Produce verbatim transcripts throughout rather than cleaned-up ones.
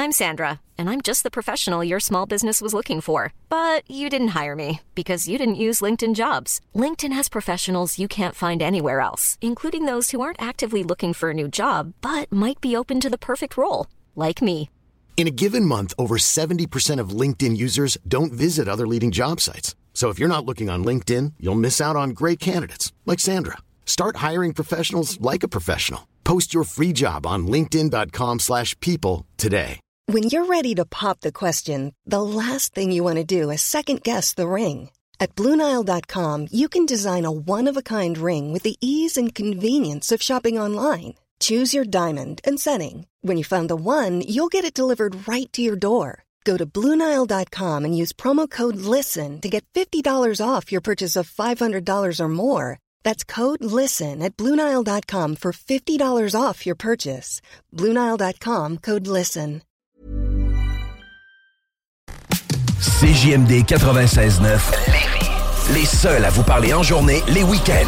I'm Sandra, and I'm just the professional your small business was looking for. But you didn't hire me because you didn't use LinkedIn Jobs. LinkedIn has professionals you can't find anywhere else, including those who aren't actively looking for a new job, but might be open to the perfect role, like me. In a given month, over seventy percent of LinkedIn users don't visit other leading job sites. So if you're not looking on LinkedIn, you'll miss out on great candidates, like Sandra. Start hiring professionals like a professional. Post your free job on linkedin.com slash people today. When you're ready to pop the question, the last thing you want to do is second-guess the ring. At Blue Nile dot com, you can design a one-of-a-kind ring with the ease and convenience of shopping online. Choose your diamond and setting. When you find the one, you'll get it delivered right to your door. Go to Blue Nile dot com and use promo code LISTEN to get fifty dollars off your purchase of five hundred dollars or more. That's code LISTEN at Blue Nile dot com for fifty dollars off your purchase. Blue Nile dot com, code LISTEN. C J M D quatre-vingt-seize neuf, Lévis. Les seuls à vous parler en journée, les week-ends.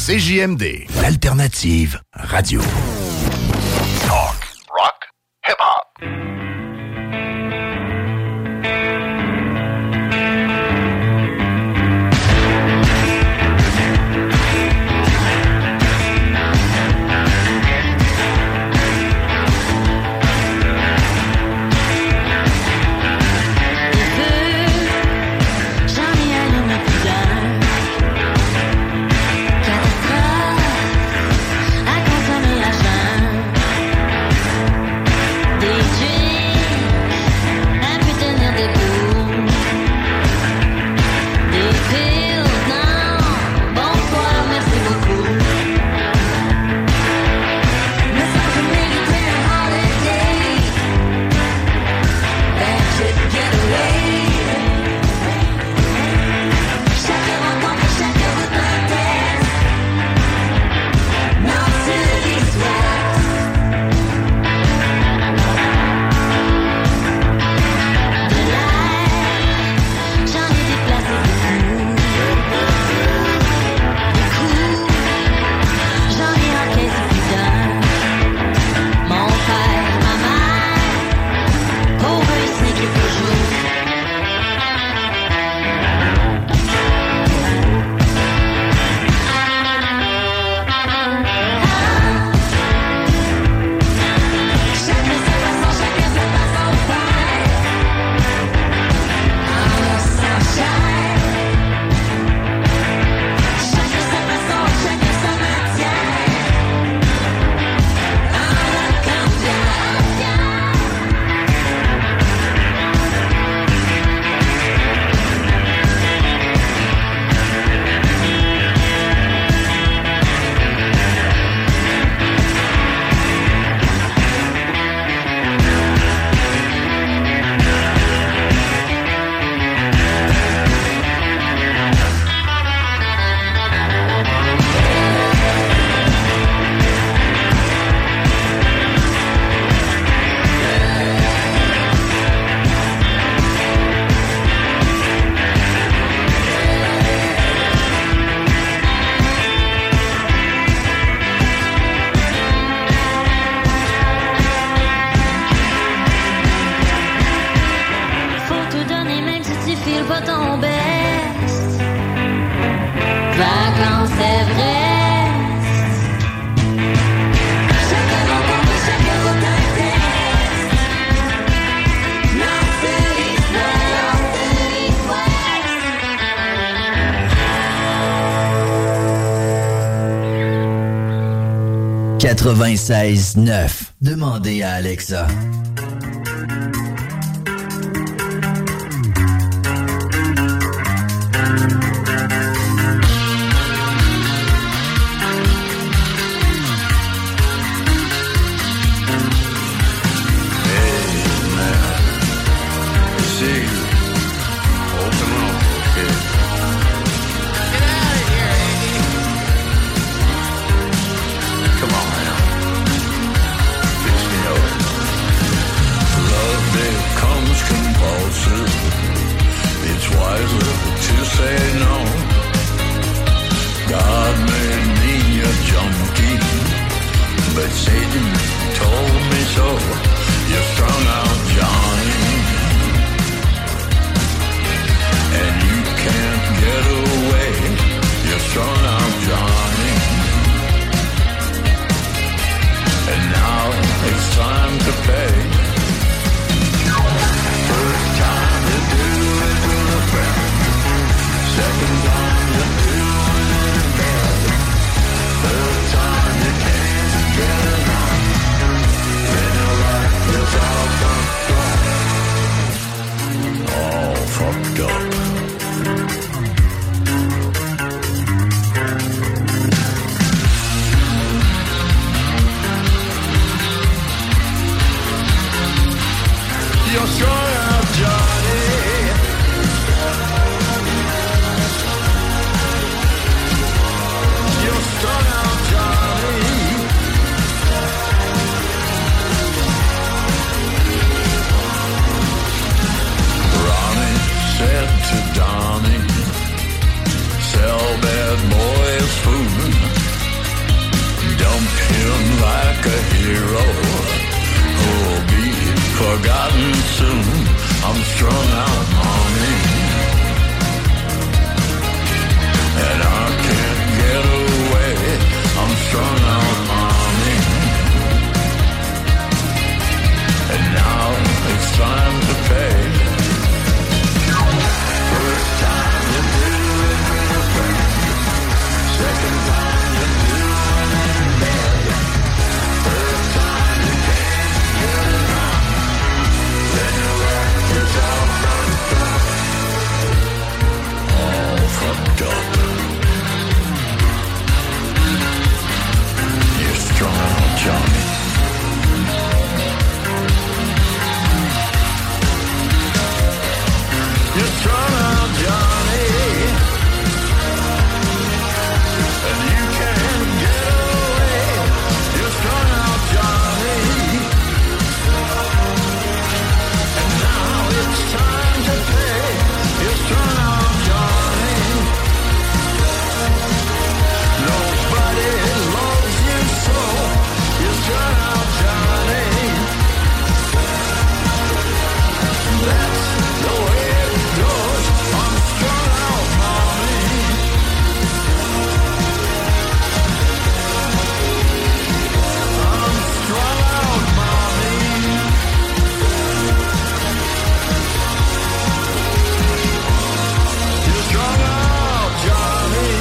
C J M D. L'alternative radio. Talk, rock, hip-hop. quatre-vingt-seize neuf. Demandez à Alexa. Sell bad boys food. hero who will be forgotten soon. I'm strung out, mommy, and I can't get away. I'm strung out, mommy, and now it's time to pay. First time you do it with a friend, second time you do it in bed, third time you can't get enough, then you let yourself fucked up, all fucked up. You're strung out, Johnny. You're strung out, Johnny, and you can't get away. You're strung out, Johnny, and now it's time to pay. You're strung out, Johnny. Nobody loves you so. You're strung out, Johnny. That's the way it goes. I'm strung out, mommy. I'm strung out, mommy. You're strung out, Johnny.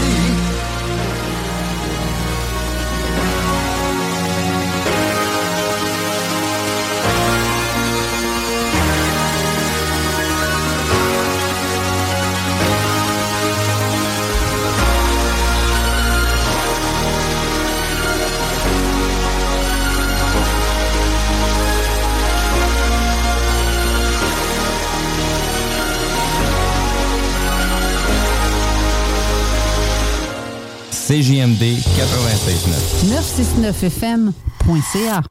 C J M D quatre-vingt-seize neuf. neuf cent soixante-neuf F M point C A.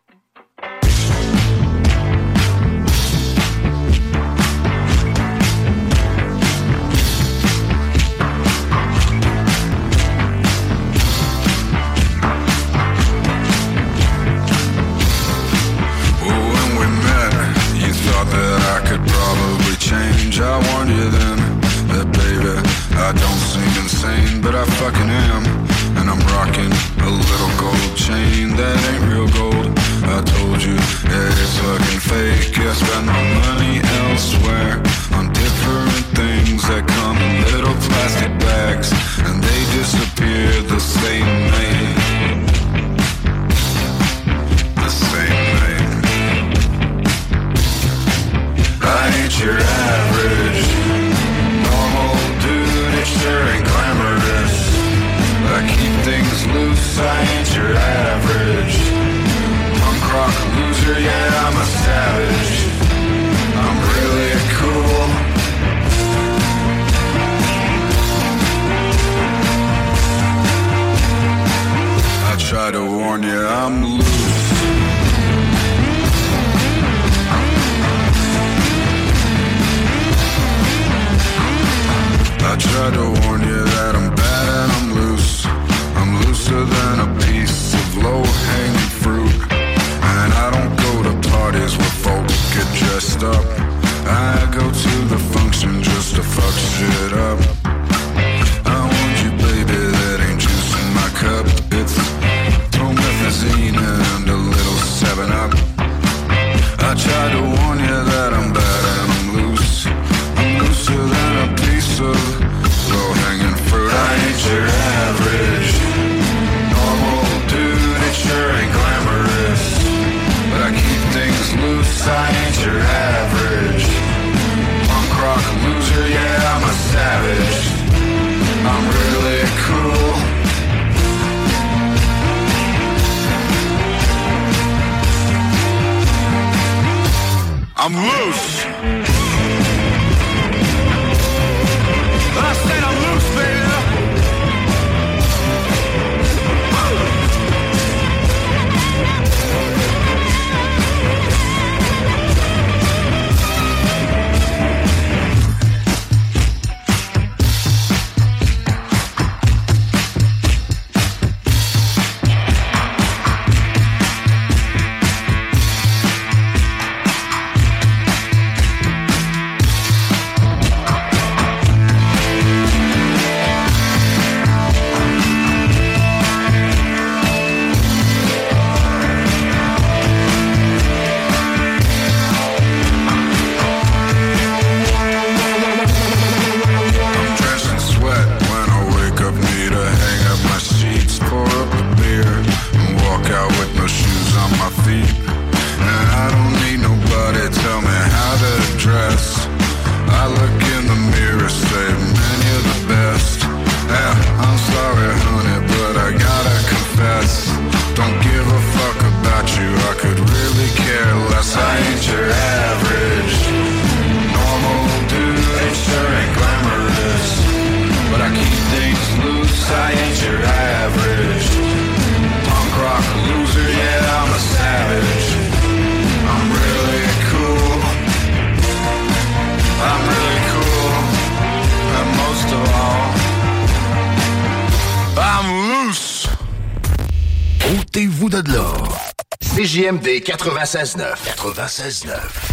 Well, when we met, you thought that I could probably change. I warned you then that, baby, I don't seem insane, but I fucking am. And I'm rocking a little gold chain that ain't real gold. I told you that it's fucking fake. I spend my money elsewhere on different things that come in little plastic bags, and they disappear the same night. The same night. I ain't your average normal dude, it sure ain't glamorous. I keep things loose, I ain't your average punk rock loser, yeah, I'm a savage. I'm really cool. I try to warn you, I'm loose. I tried to warn you that I'm bad and I'm loose. I'm looser than a piece of low-hanging fruit. And I don't go to parties where folks get dressed up. I go to the function just to fuck shit up. I warned you, baby, that ain't juice in my cup. It's promethazine and a little seven up. I tried to warn you that I'm bad and I'm loose. I'm looser than a piece of low-hanging fruit. I ain't your average normal dude, it sure ain't glamorous. But I keep things loose, I ain't your average punk rock loser, yeah, I'm a savage. I'm really cool. I'm loose. I said I'm loose, baby. dress. I look in the mirror, say, man, you're the best. Yeah, I'm sorry, honey, but I gotta confess, don't give a fuck about you, I could really care less. I ain't your average normal dude, it sure ain't glamorous, but I keep things loose. I ain't your average punk rock loser, yeah, I'm a savage. I'm really cool, I'm really cool, and most of all, I'm loose. Ôtez-vous de là. C J M D quatre-vingt-seize neuf. quatre-vingt-seize neuf.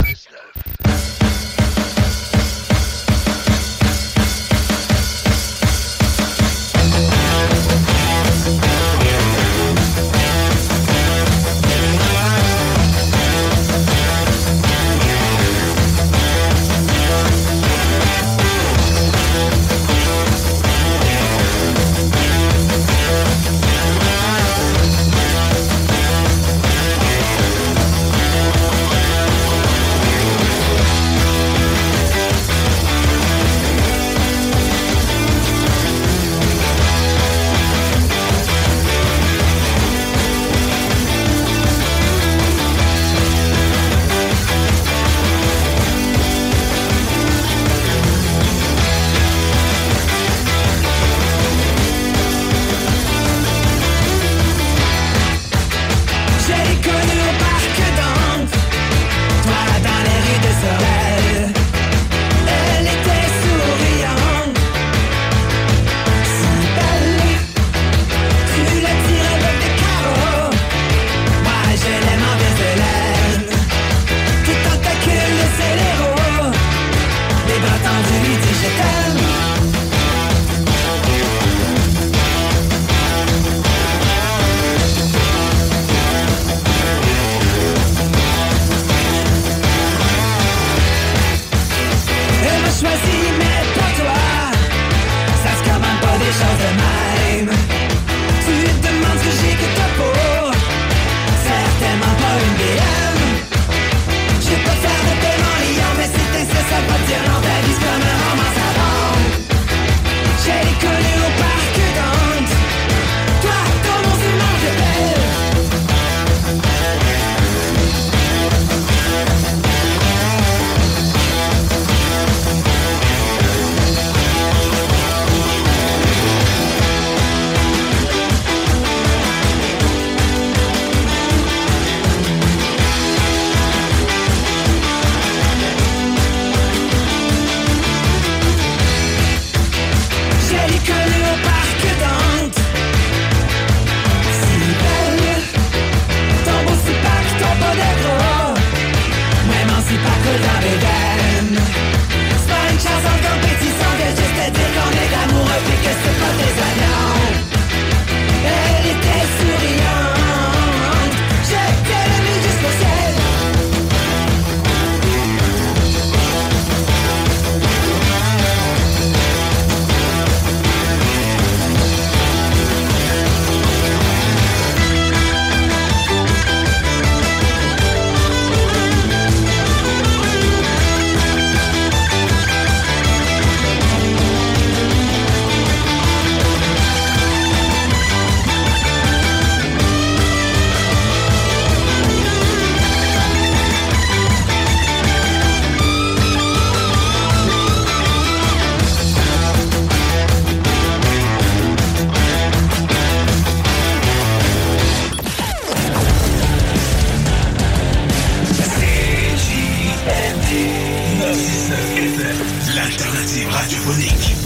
L'alternative radiophonique.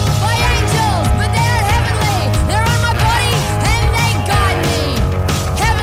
Angels, but they're heavenly. They're on my body and they guide me.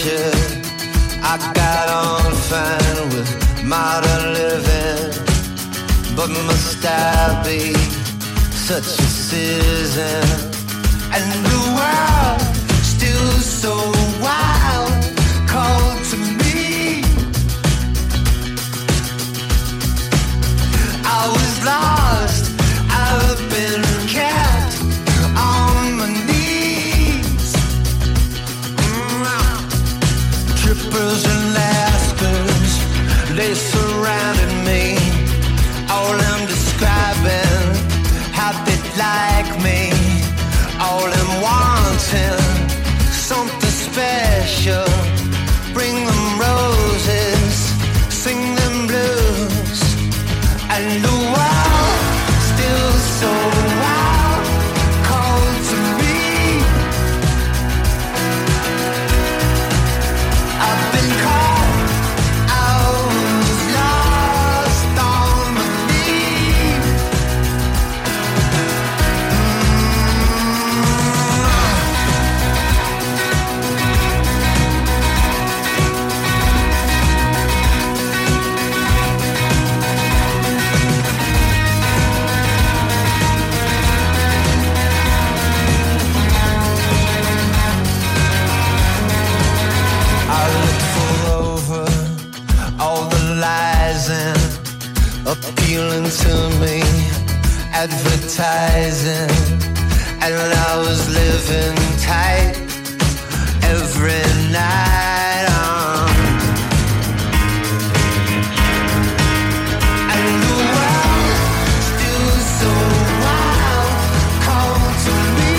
pleasure. I got on fine with modern living, but must I be such a citizen? And the world still so wild, cold to me. I was lost, I've been kept on my knees. Mm-hmm. Trippers and lasters, they surrounded me. All them describing how they'd like me. All them wanting something special. Bring them roses, sing them blues. And the world still so wild, cold to me. I've been caught, I was lost on my knees. I looked all over, all the lies and appealing to me, advertising, and I was living tight every night. Um, and the world still so wild, cold to me.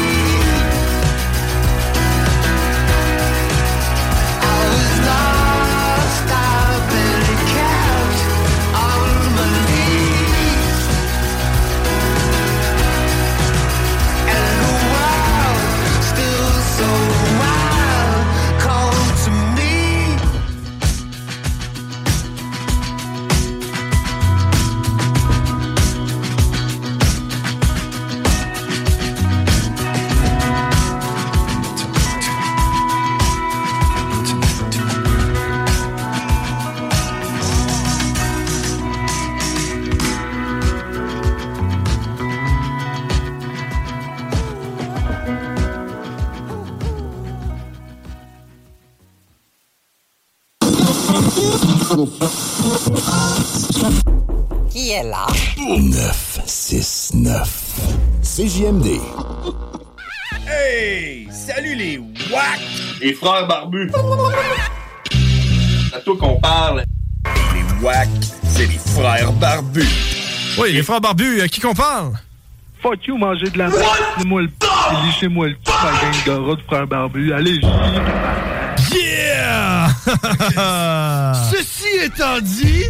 I was lost, I've been kept on my knees. And the world still so wild, cold to me. Qui est là? neuf six neuf. C J M D. Hey! Salut les wack! Les frères barbus! C'est à toi qu'on parle. Les wack, c'est les frères barbus. Oui, les frères barbus, à qui qu'on parle? Fuck you, manger de la merde. Lissez-moi le p***, lissez-moi le p***, la gang de rats de frères barbus. Allez, j'y Yeah! Ceci étant dit...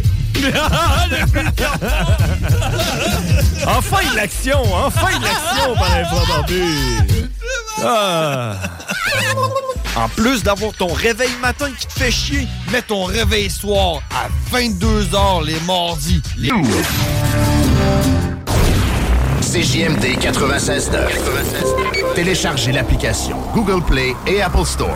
enfin de l'action! Enfin de l'action par les frères barbus! Ah. En plus d'avoir ton réveil matin qui te fait chier, mets ton réveil soir à vingt-deux heures les mardis. Les... C J M D quatre-vingt-seize neuf. Téléchargez l'application Google Play et Apple Store.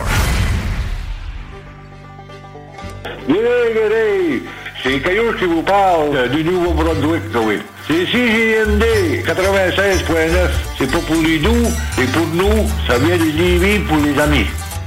G'day, c'est Caillou qui vous parle du Nouveau-Brunswick, oui. C'est C J M D quatre-vingt-seize neuf. C'est pas pour les doux, c'est pour nous. Ça vient de Lévis pour les amis.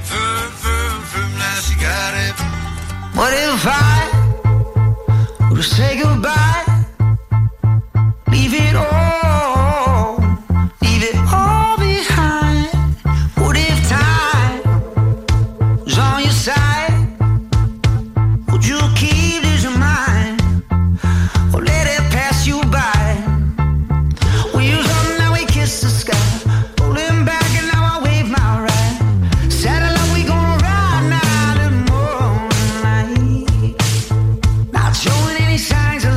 What if I were to say goodbye? Leave it all, leave it all behind. What if time was on your side? Would you keep this in mind, or let it pass you by? We was up, now we kiss the sky, pulling back and now I wave my right. Satellite, we gonna ride now till morning light. Not showing any signs of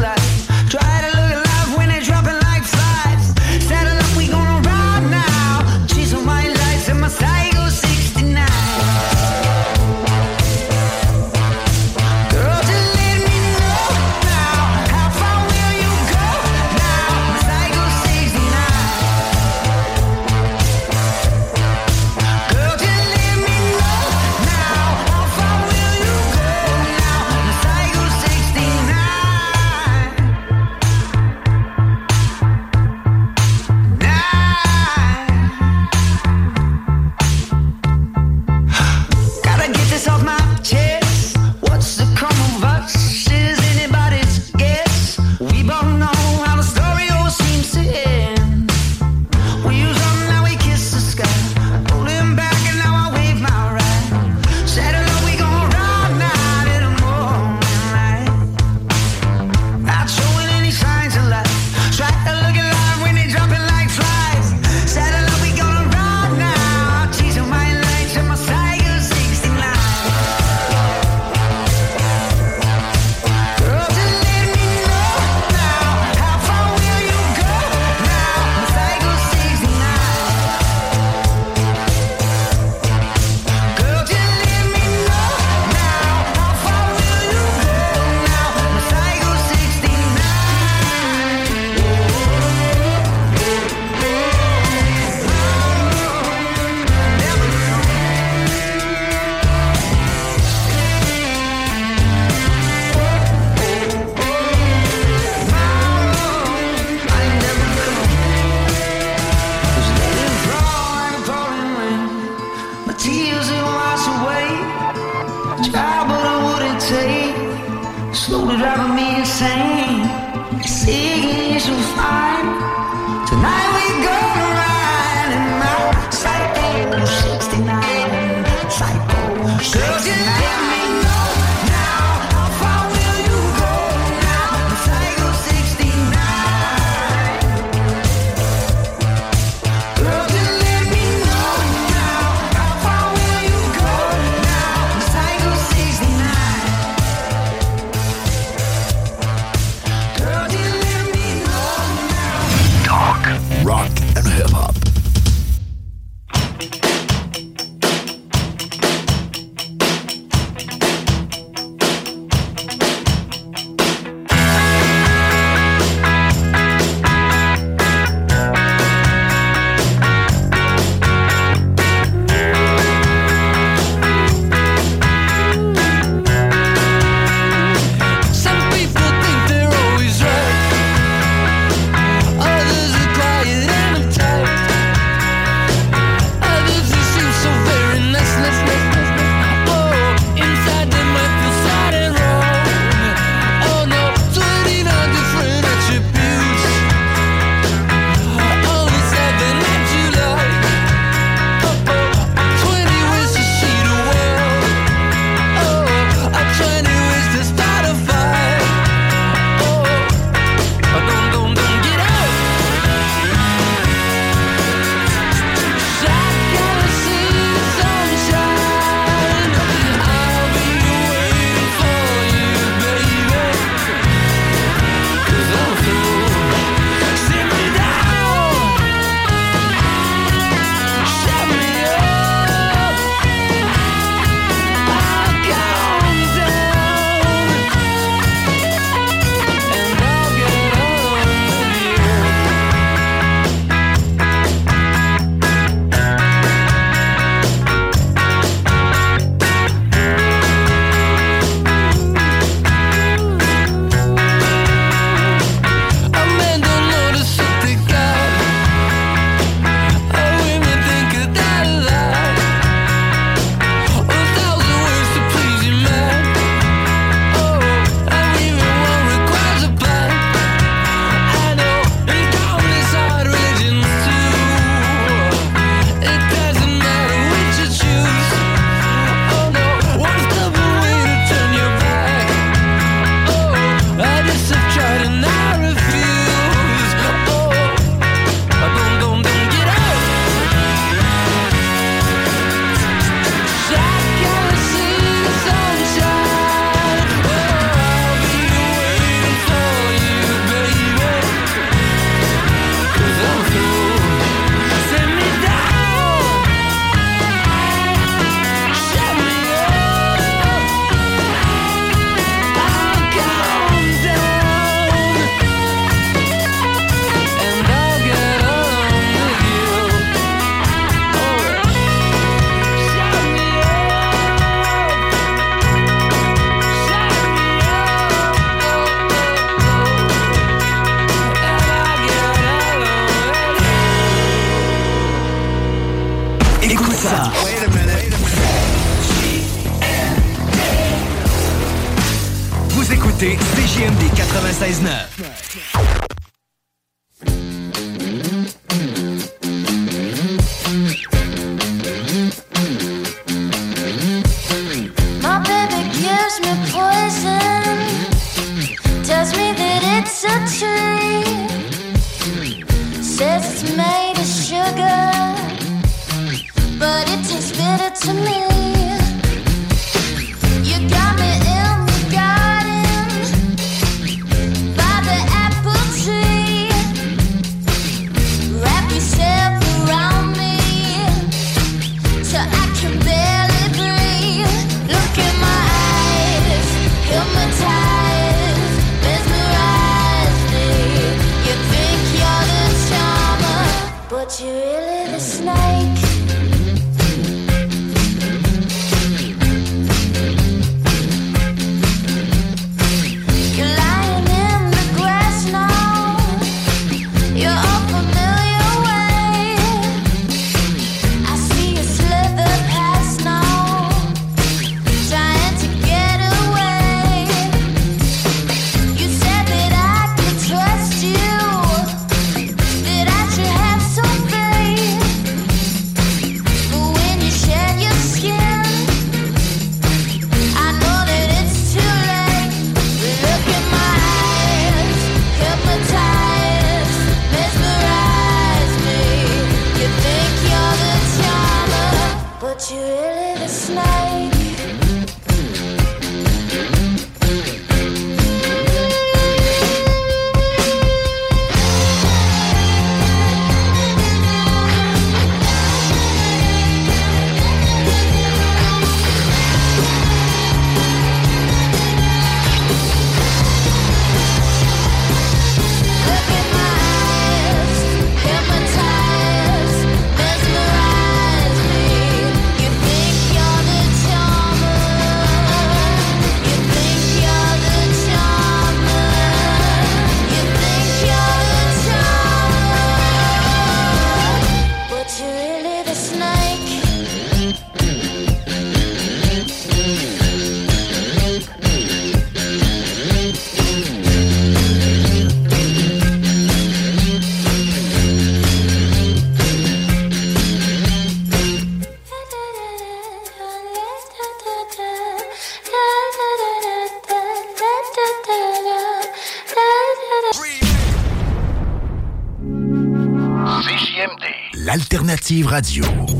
Try, but I wouldn't take. Slowly driving me insane. Seeing you fine. Tonight we gonna ride in my Psycho sixty-nine. Psycho sixty-nine. Rock and hip-hop. Vous écoutez C J M D quatre-vingt-seize neuf. My baby gives me poison, tells me that it's a tree, says it's made of sugar, but it tastes bitter to me. You got me in the garden by the apple l'Alternative Radio.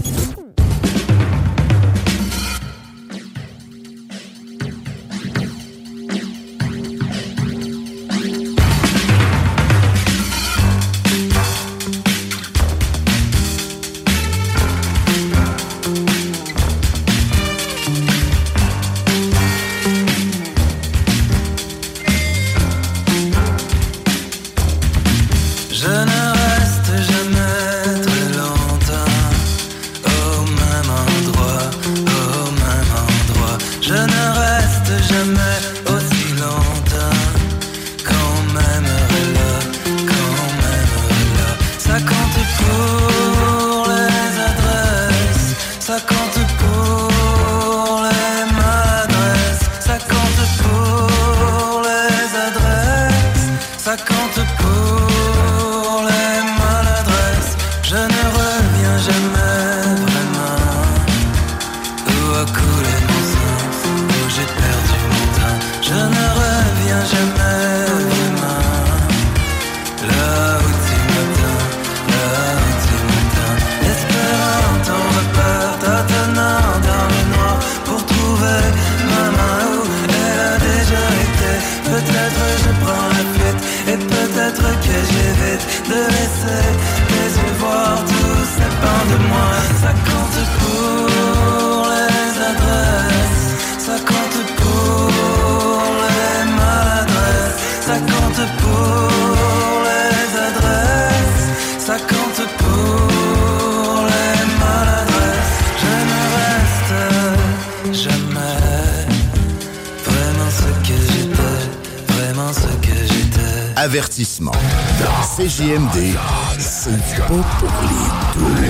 Avertissement. C J M D, c'est pas pour les deux.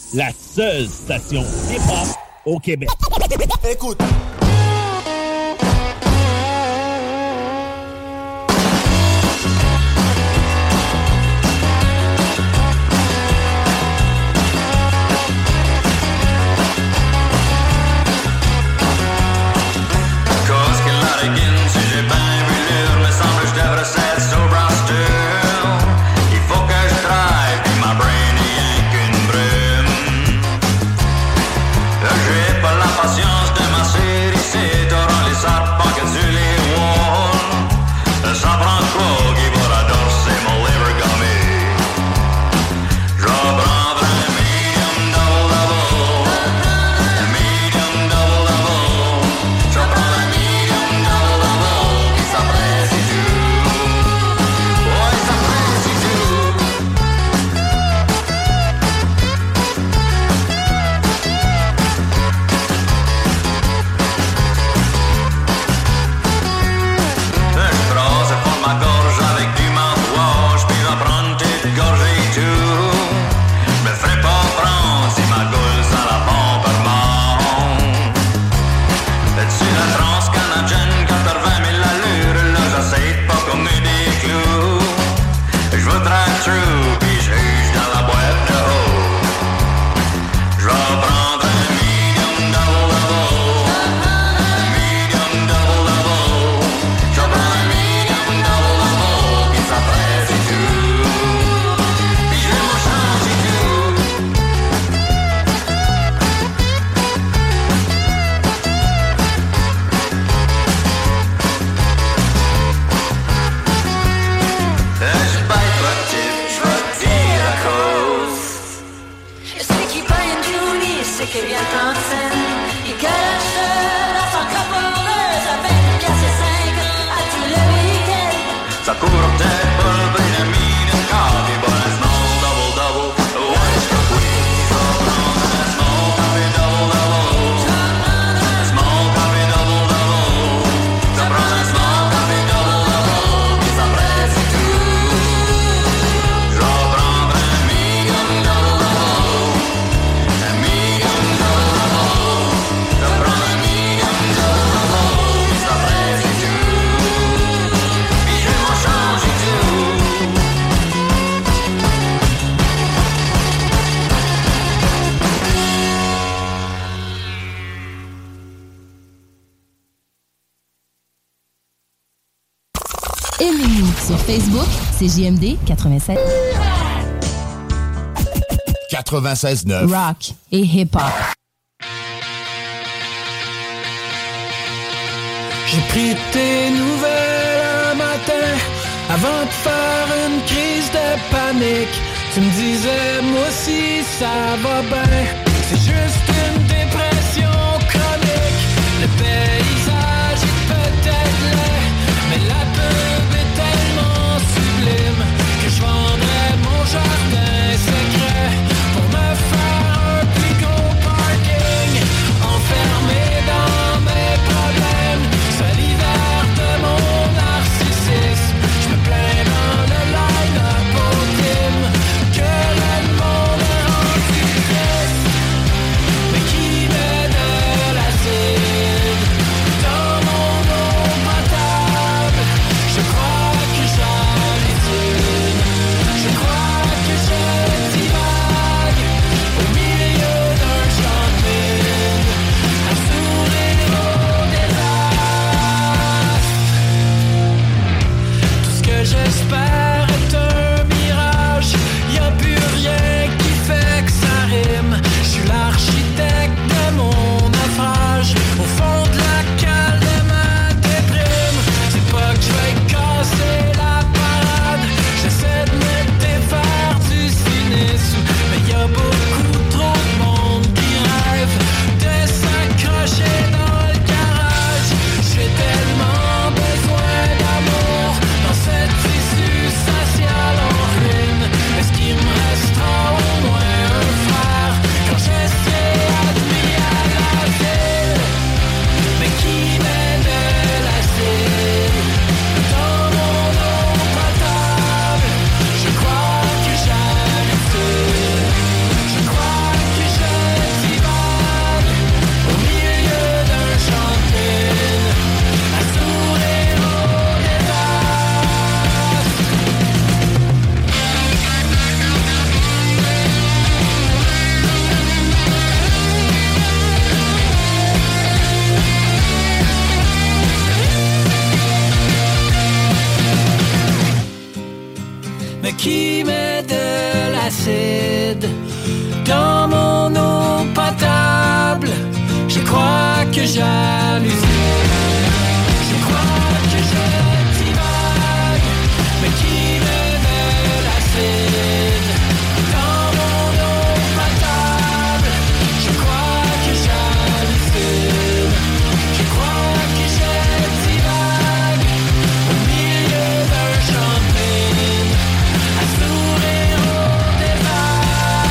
la seule station hip-hop au Québec. Écoute. Aimez-nous sur Facebook, C J M D quatre-vingt-sept. quatre-vingt-seize neuf. Rock et hip-hop. J'ai pris tes nouvelles un matin avant de faire une crise de panique. Tu me disais, moi aussi ça va bien. C'est juste une dépression chronique. Le paysage est peut-être laid, mais la pub est tellement sublime que je vendrais mon jardin secret pour me faire un plus gros parking. Enfermé dans mes problèmes, c'est l'hiver de mon narcissisme. Je me plains dans le line-up au gym que le monde est rendu triste. mais qui met de l'acide dans mon eau potable. Je crois que j'hallucine, je crois que je divague, mais qui met de l'acide dans mon eau potable. Je crois que j'hallucine, je crois que je divague au milieu d'un champagne, à sourire au départ.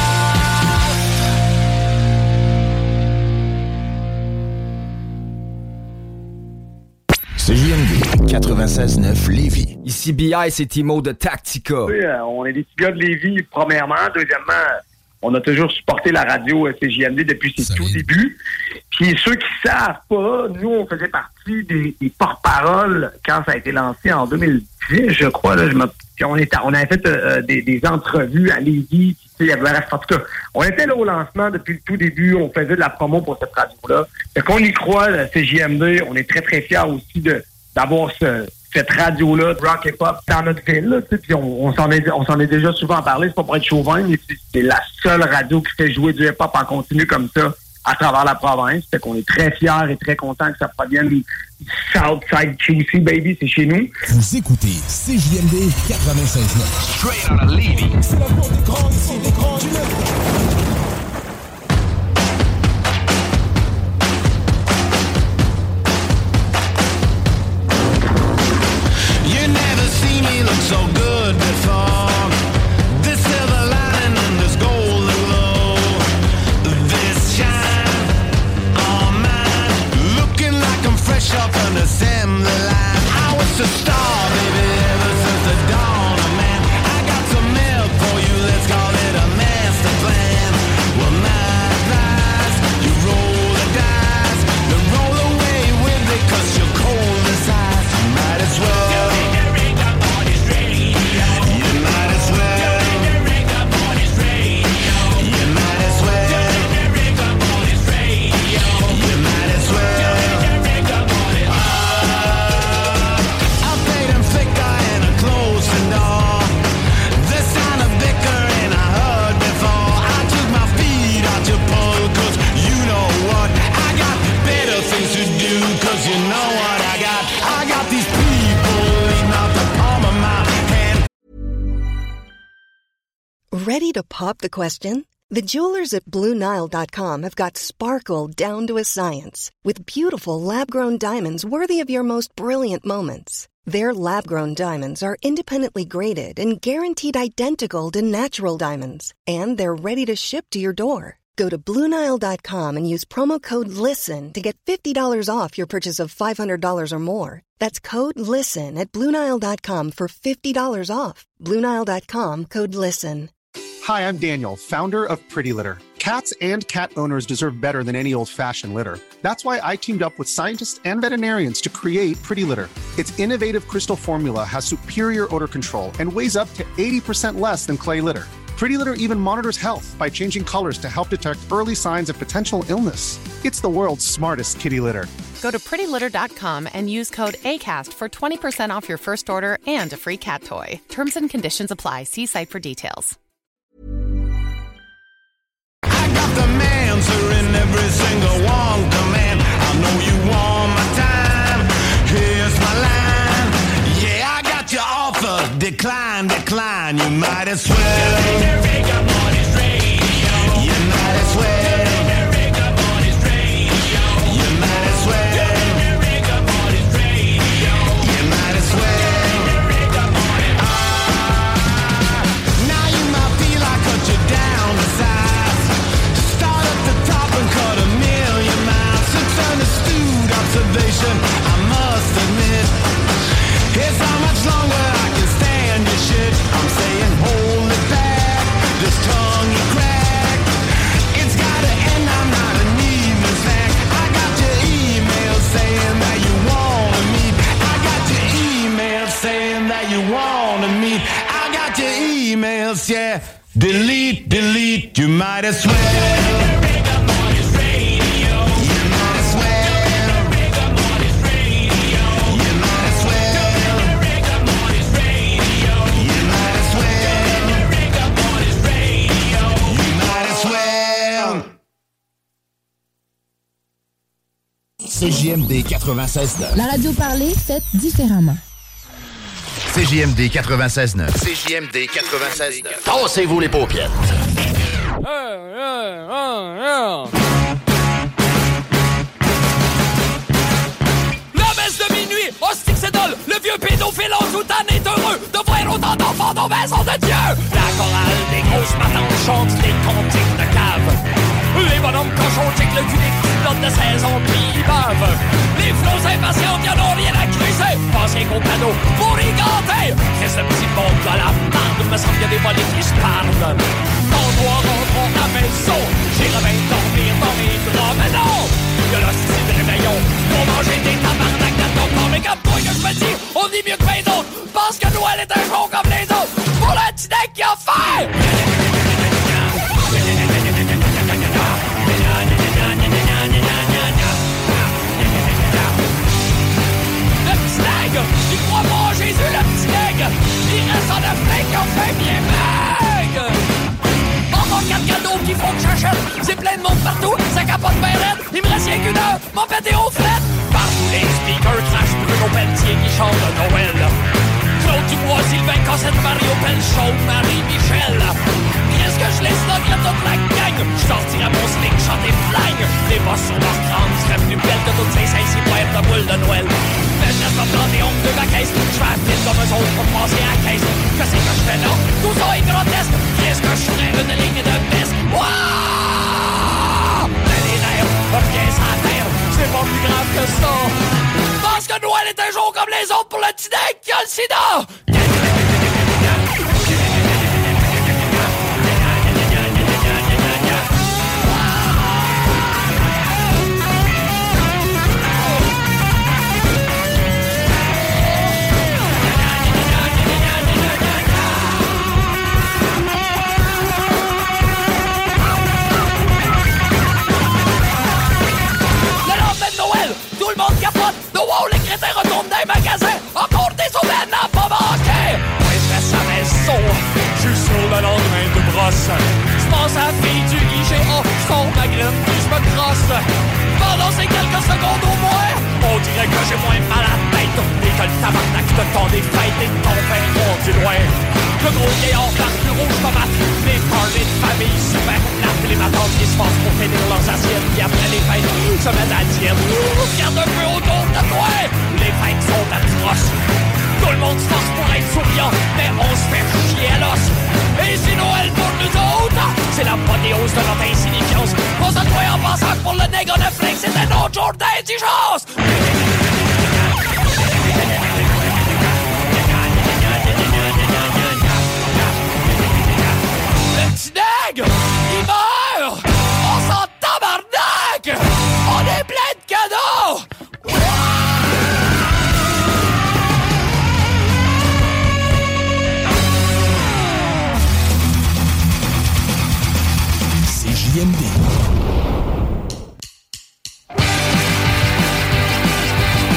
C J M D quatre-vingt-seize neuf Lévis. Ici B I, c'est Timo de Tactica. Oui, euh, on est des petits gars de Lévis, premièrement. Deuxièmement, on a toujours supporté la radio euh, C J M D depuis ses tout débuts. Puis ceux qui savent pas, nous, on faisait partie des, des porte-paroles quand ça a été lancé en deux mille dix, je crois. Là, je me, on, était, on avait fait euh, des, des entrevues à Lévis. Il y avait, en tout cas, on était là au lancement depuis le tout début. On faisait de la promo pour cette radio-là. Fait qu'on y croit, la C J M D. On est très, très fiers aussi de d'avoir ce, cette radio-là, rock et pop, dans notre ville. Là, puis on, on s'en est, on s'en est déjà souvent parlé. C'est pas pour être chauvin, mais c'est, c'est la seule radio qui fait jouer du hip-hop en continu comme ça à travers la province. Fait qu'on est très fiers et très contents que ça provienne du Southside Q C, baby. C'est chez nous. Vous écoutez C J M D quatre-vingt-seize neuf. Straight out of Lévis. C'est la porte des grands ici, des grands du neuf. So good before this silver lining and this golden glow, this shine on mine, looking like I'm fresh off an assembly line. I was a star, baby, ever since the dawn of man. I got some milk for you, let's call it a master plan. Well, my advice, you roll the dice, then roll away with it, cause you're cold as ice. You might as well. Ready to pop the question? The jewelers at Blue Nile dot com have got sparkle down to a science with beautiful lab-grown diamonds worthy of your most brilliant moments. Their lab-grown diamonds are independently graded and guaranteed identical to natural diamonds, and they're ready to ship to your door. Go to Blue Nile dot com and use promo code LISTEN to get fifty dollars off your purchase of five hundred dollars or more. That's code LISTEN at Blue Nile dot com for fifty dollars off. Blue Nile dot com, code LISTEN. Hi, I'm Daniel, founder of Pretty Litter. Cats and cat owners deserve better than any old-fashioned litter. That's why I teamed up with scientists and veterinarians to create Pretty Litter. Its innovative crystal formula has superior odor control and weighs up to eighty percent less than clay litter. Pretty Litter even monitors health by changing colors to help detect early signs of potential illness. It's the world's smartest kitty litter. Go to pretty litter dot com and use code ACAST for twenty percent off your first order and a free cat toy. Terms and conditions apply. See site for details. I got the answer in every single one command. I know you want my time. Here's my line. Yeah, I got your offer. Decline, decline. You might as well. You might as well. You might as well. You might as well. Ah, now you might feel I cut you down to size. Start at the top and cut a million miles. It's an astute observation, I must admit. Here's how much longer I can stand your shit. I'm saying hold it back, this tongue you crack. It's gotta end, I'm not a needless fact. I got your email saying that you wanna meet. I got your email saying that you wanna meet. I got your emails, yeah. Delete, delete, you might as well. Well. C J M D quatre-vingt-seize neuf. La radio parlée, faite différemment. C J M D quatre-vingt-seize neuf. C J M D quatre-vingt-seize neuf. Tassez-vous les paupières. La messe de minuit, hostie que c'est dole. Le vieux pédophile en soutane est heureux de voir autant d'enfants dans maison de Dieu. La chorale des grosses matantes chante les cantiques de cave. Les bonhommes cochons check le cul des petites notes de saison puis ils bavent. Les flots impatients y'en ont rien à crisser. Pensez qu'au cadeau pour y ganter. Qu'est-ce que le petit monde de la marde? Me semble qu'il y a des volets qui se parlent. Quand toi rentrons à maison, j'irai bien dormir dans mes draps. Mais non! Y'a le style de réveillon pour manger des tabarnak de ton corps. Mais comme toi que je me dis, on dit mieux que bien d'autres. Pense que Noël est un jour comme les autres. Pour le petit deck qui a fait! Le petit nègre, il croit pas en Jésus, le petit nègre. Il reste en Afrique, on fait bien maigre. Encore quatre cadeaux qu'il faut que j'achète. C'est plein de monde partout, ça capote bien raide. Il me reste rien qu'une heure, mon pété au fret. Partout les speakers trash Bruno Pelletier qui chante de Noël. Claude Dubois, Sylvain Cossette, Mario Pelchon, Marie-Michel. Qu'est-ce que je laisse là, toute la gang? Je sortirai mon sling, chanter flingue. Les boss sur leur crâne seraient plus belles que toutes ces cinq-six poètes de boule de Noël. Mais je reste pas planté honte de ma caisse. Je fais un fil comme eux autres pour passer à la caisse. Qu'est-ce que je fais là? Tout ça est grotesque. Qu'est-ce que je ferais une ligne de peste? Wouah! Mais les nerfs, le pied sur la terre, c'est pas plus grave que ça. Parce que Noël est un jour comme les autres pour le petit deck qui a le sida. Tout le monde capote, de wow, les crétins retournent dans les magasins. Encore des aubaines n'a pas manqué. Moi je reste à maison, je suis sur le lendemain de brosse. Je pense à la fille du I G A, je sors ma graine puis je me crosse. Pendant ces quelques secondes au moins, on dirait que j'ai moins mal à la tête. Et que le tabarnak de temps des fêtes et de ton pain du loin. Le gros vieillard barbu rouge tomate, les parties de famille super plates. Les matantes qui se passent pour finir leurs assiettes. Puis après les fêtes, se mettent à diète. Regarde un peu autour de toi, les fêtes sont atroces. Tout le monde se force pour être souriant, mais on se fait chier à l'os. Et si Noël pour nous autres, c'est l'apothéose de notre insignifiance. On se croit en pensant que pour le nègre de flex, c'était notre jour d'indigence. Le petit nègre, il meurt. On s'en tabarnak. On est plein de cadeaux. C J M D.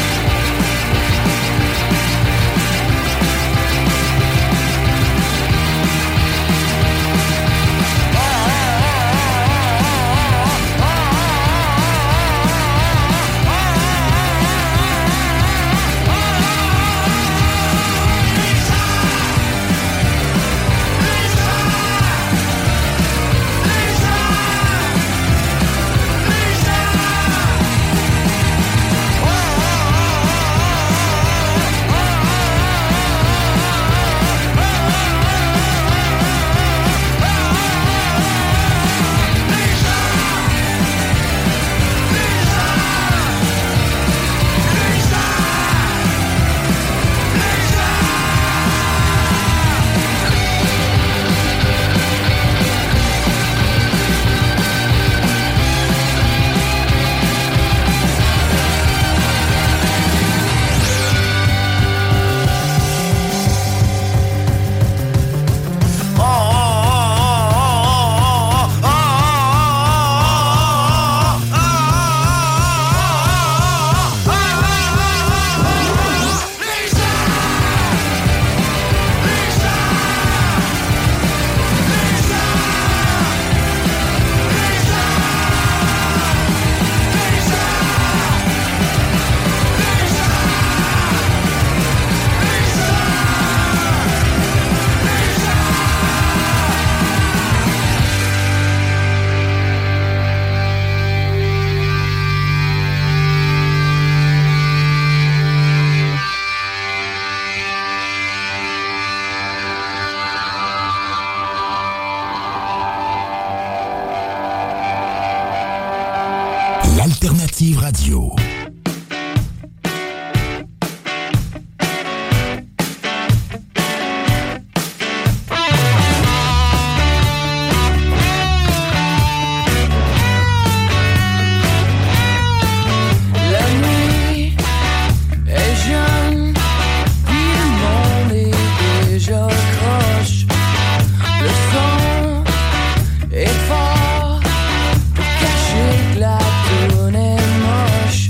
l'Alternative Radio. La tourne est moche.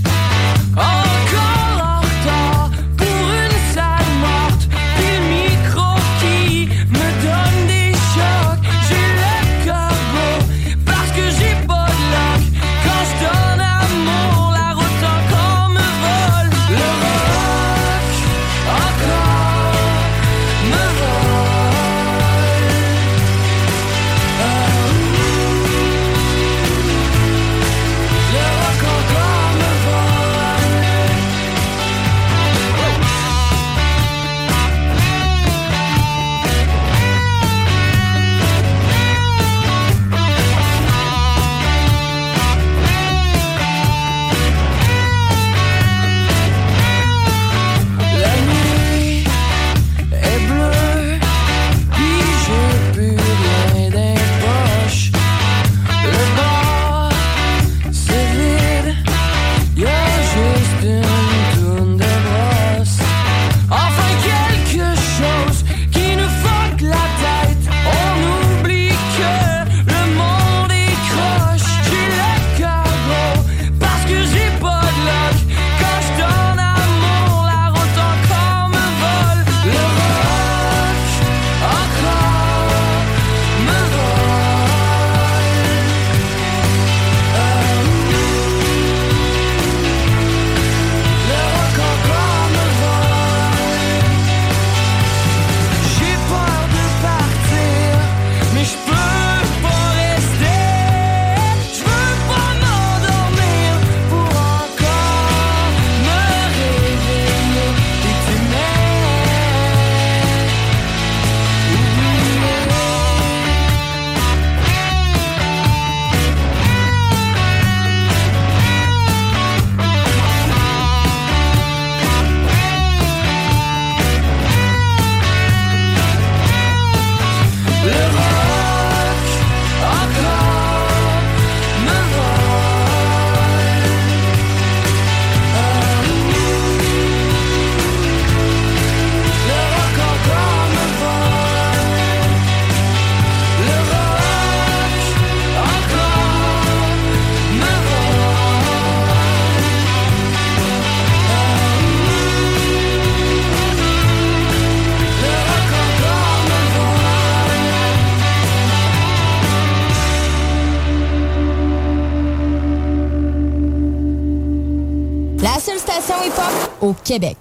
hip-hop au Québec.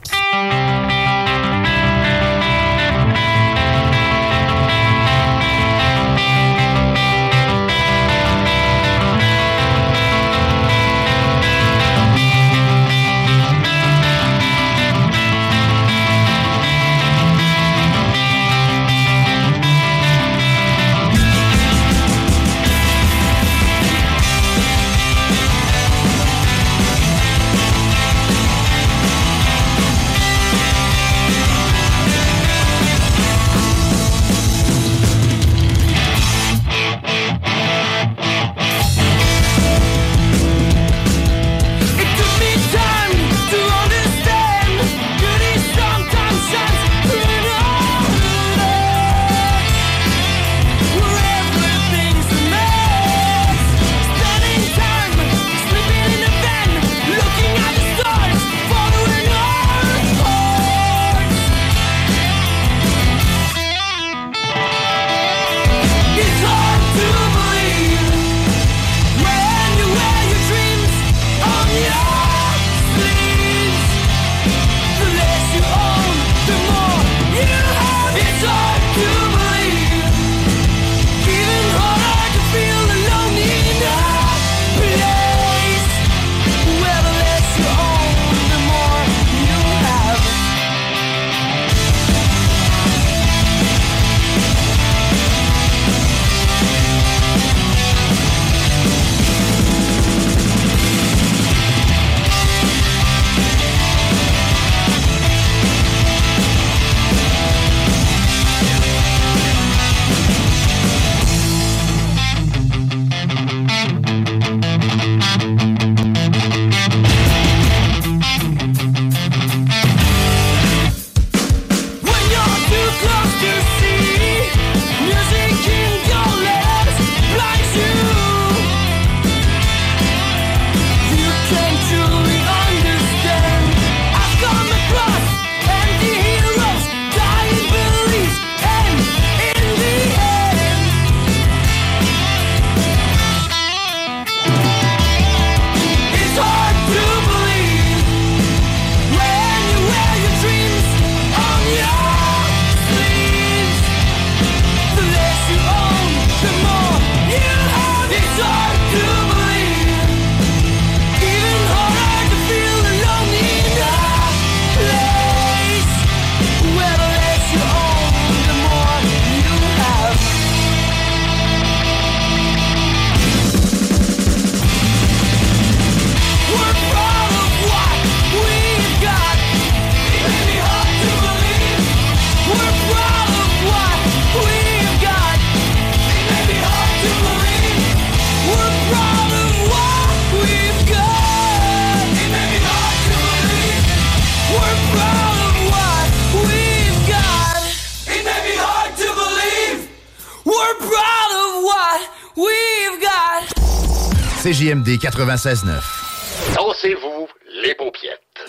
C J M D quatre-vingt-seize neuf. Dansez-vous les paupiètes.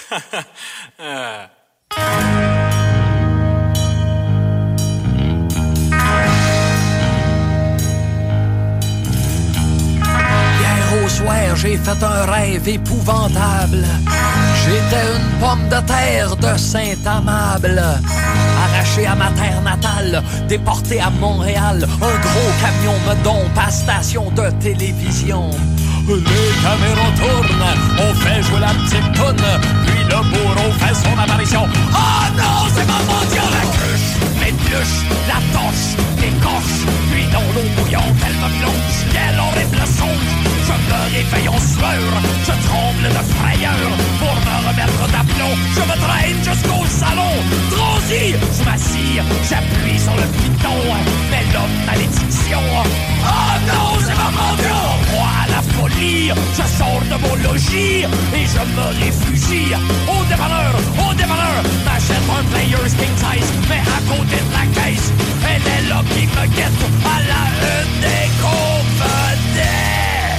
Hier au soir, j'ai fait un rêve épouvantable. J'étais une pomme de terre de Saint-Amable, arrachée à ma terre natale, déportée à Montréal. Un gros camion me dompe à station de télévision. Les caméras tournent, on fait jouer la petite toune, puis le bourreau fait son apparition. Oh non, c'est Maman Dieu! La cruche, l'épluche, la torche, l'écorche, puis dans l'eau bouillante, elle me plonge. Quel horrible songe! Je me réveille en sueur, je tremble de frayeur. Pour me remettre d'aplomb, je me traîne jusqu'au salon. Transi, je m'assire, j'appuie sur le piton, mais l'homme malédiction. Oh non, c'est Maman Dieu! Moi à la folie, je sors de mon logis et je me réfugie au dépanneur, au dépanneur. M'achète un Players King Size, mais à côté de la caisse, elle est là qui me guette à la une des convenables.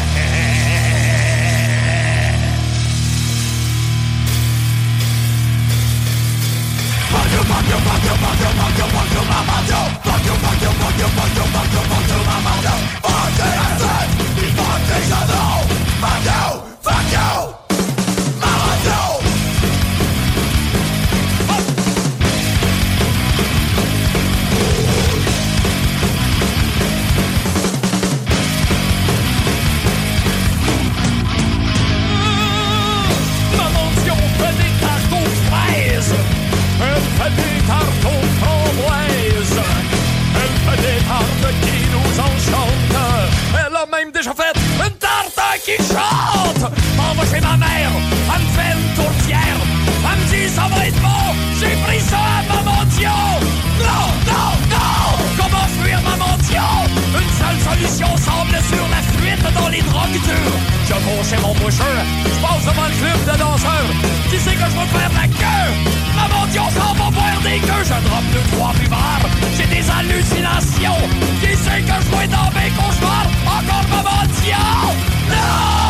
Elle fait des tartes aux framboises, elle fait des tartes qui nous enchantent. Elle a même déjà fait une tarte qui chante. On va chez ma mère, elle me fait une tourtière, elle me dit ça va être bon, j'ai pris ça à Maman Dieu. Non, non, non, comment fuir Maman Dieu? Une seule solution semble sur la fuite dans les drogues dures. Je cours chez mon boucheur, je passe devant le club de danseurs. Qui sait que je vais faire la queue? Maman Dieu, on s'en va boire des queues. Je drop deux, trois buvards, j'ai des hallucinations. Qui sait que je vais dans mes cauchemars? Encore Maman Dieu! Non!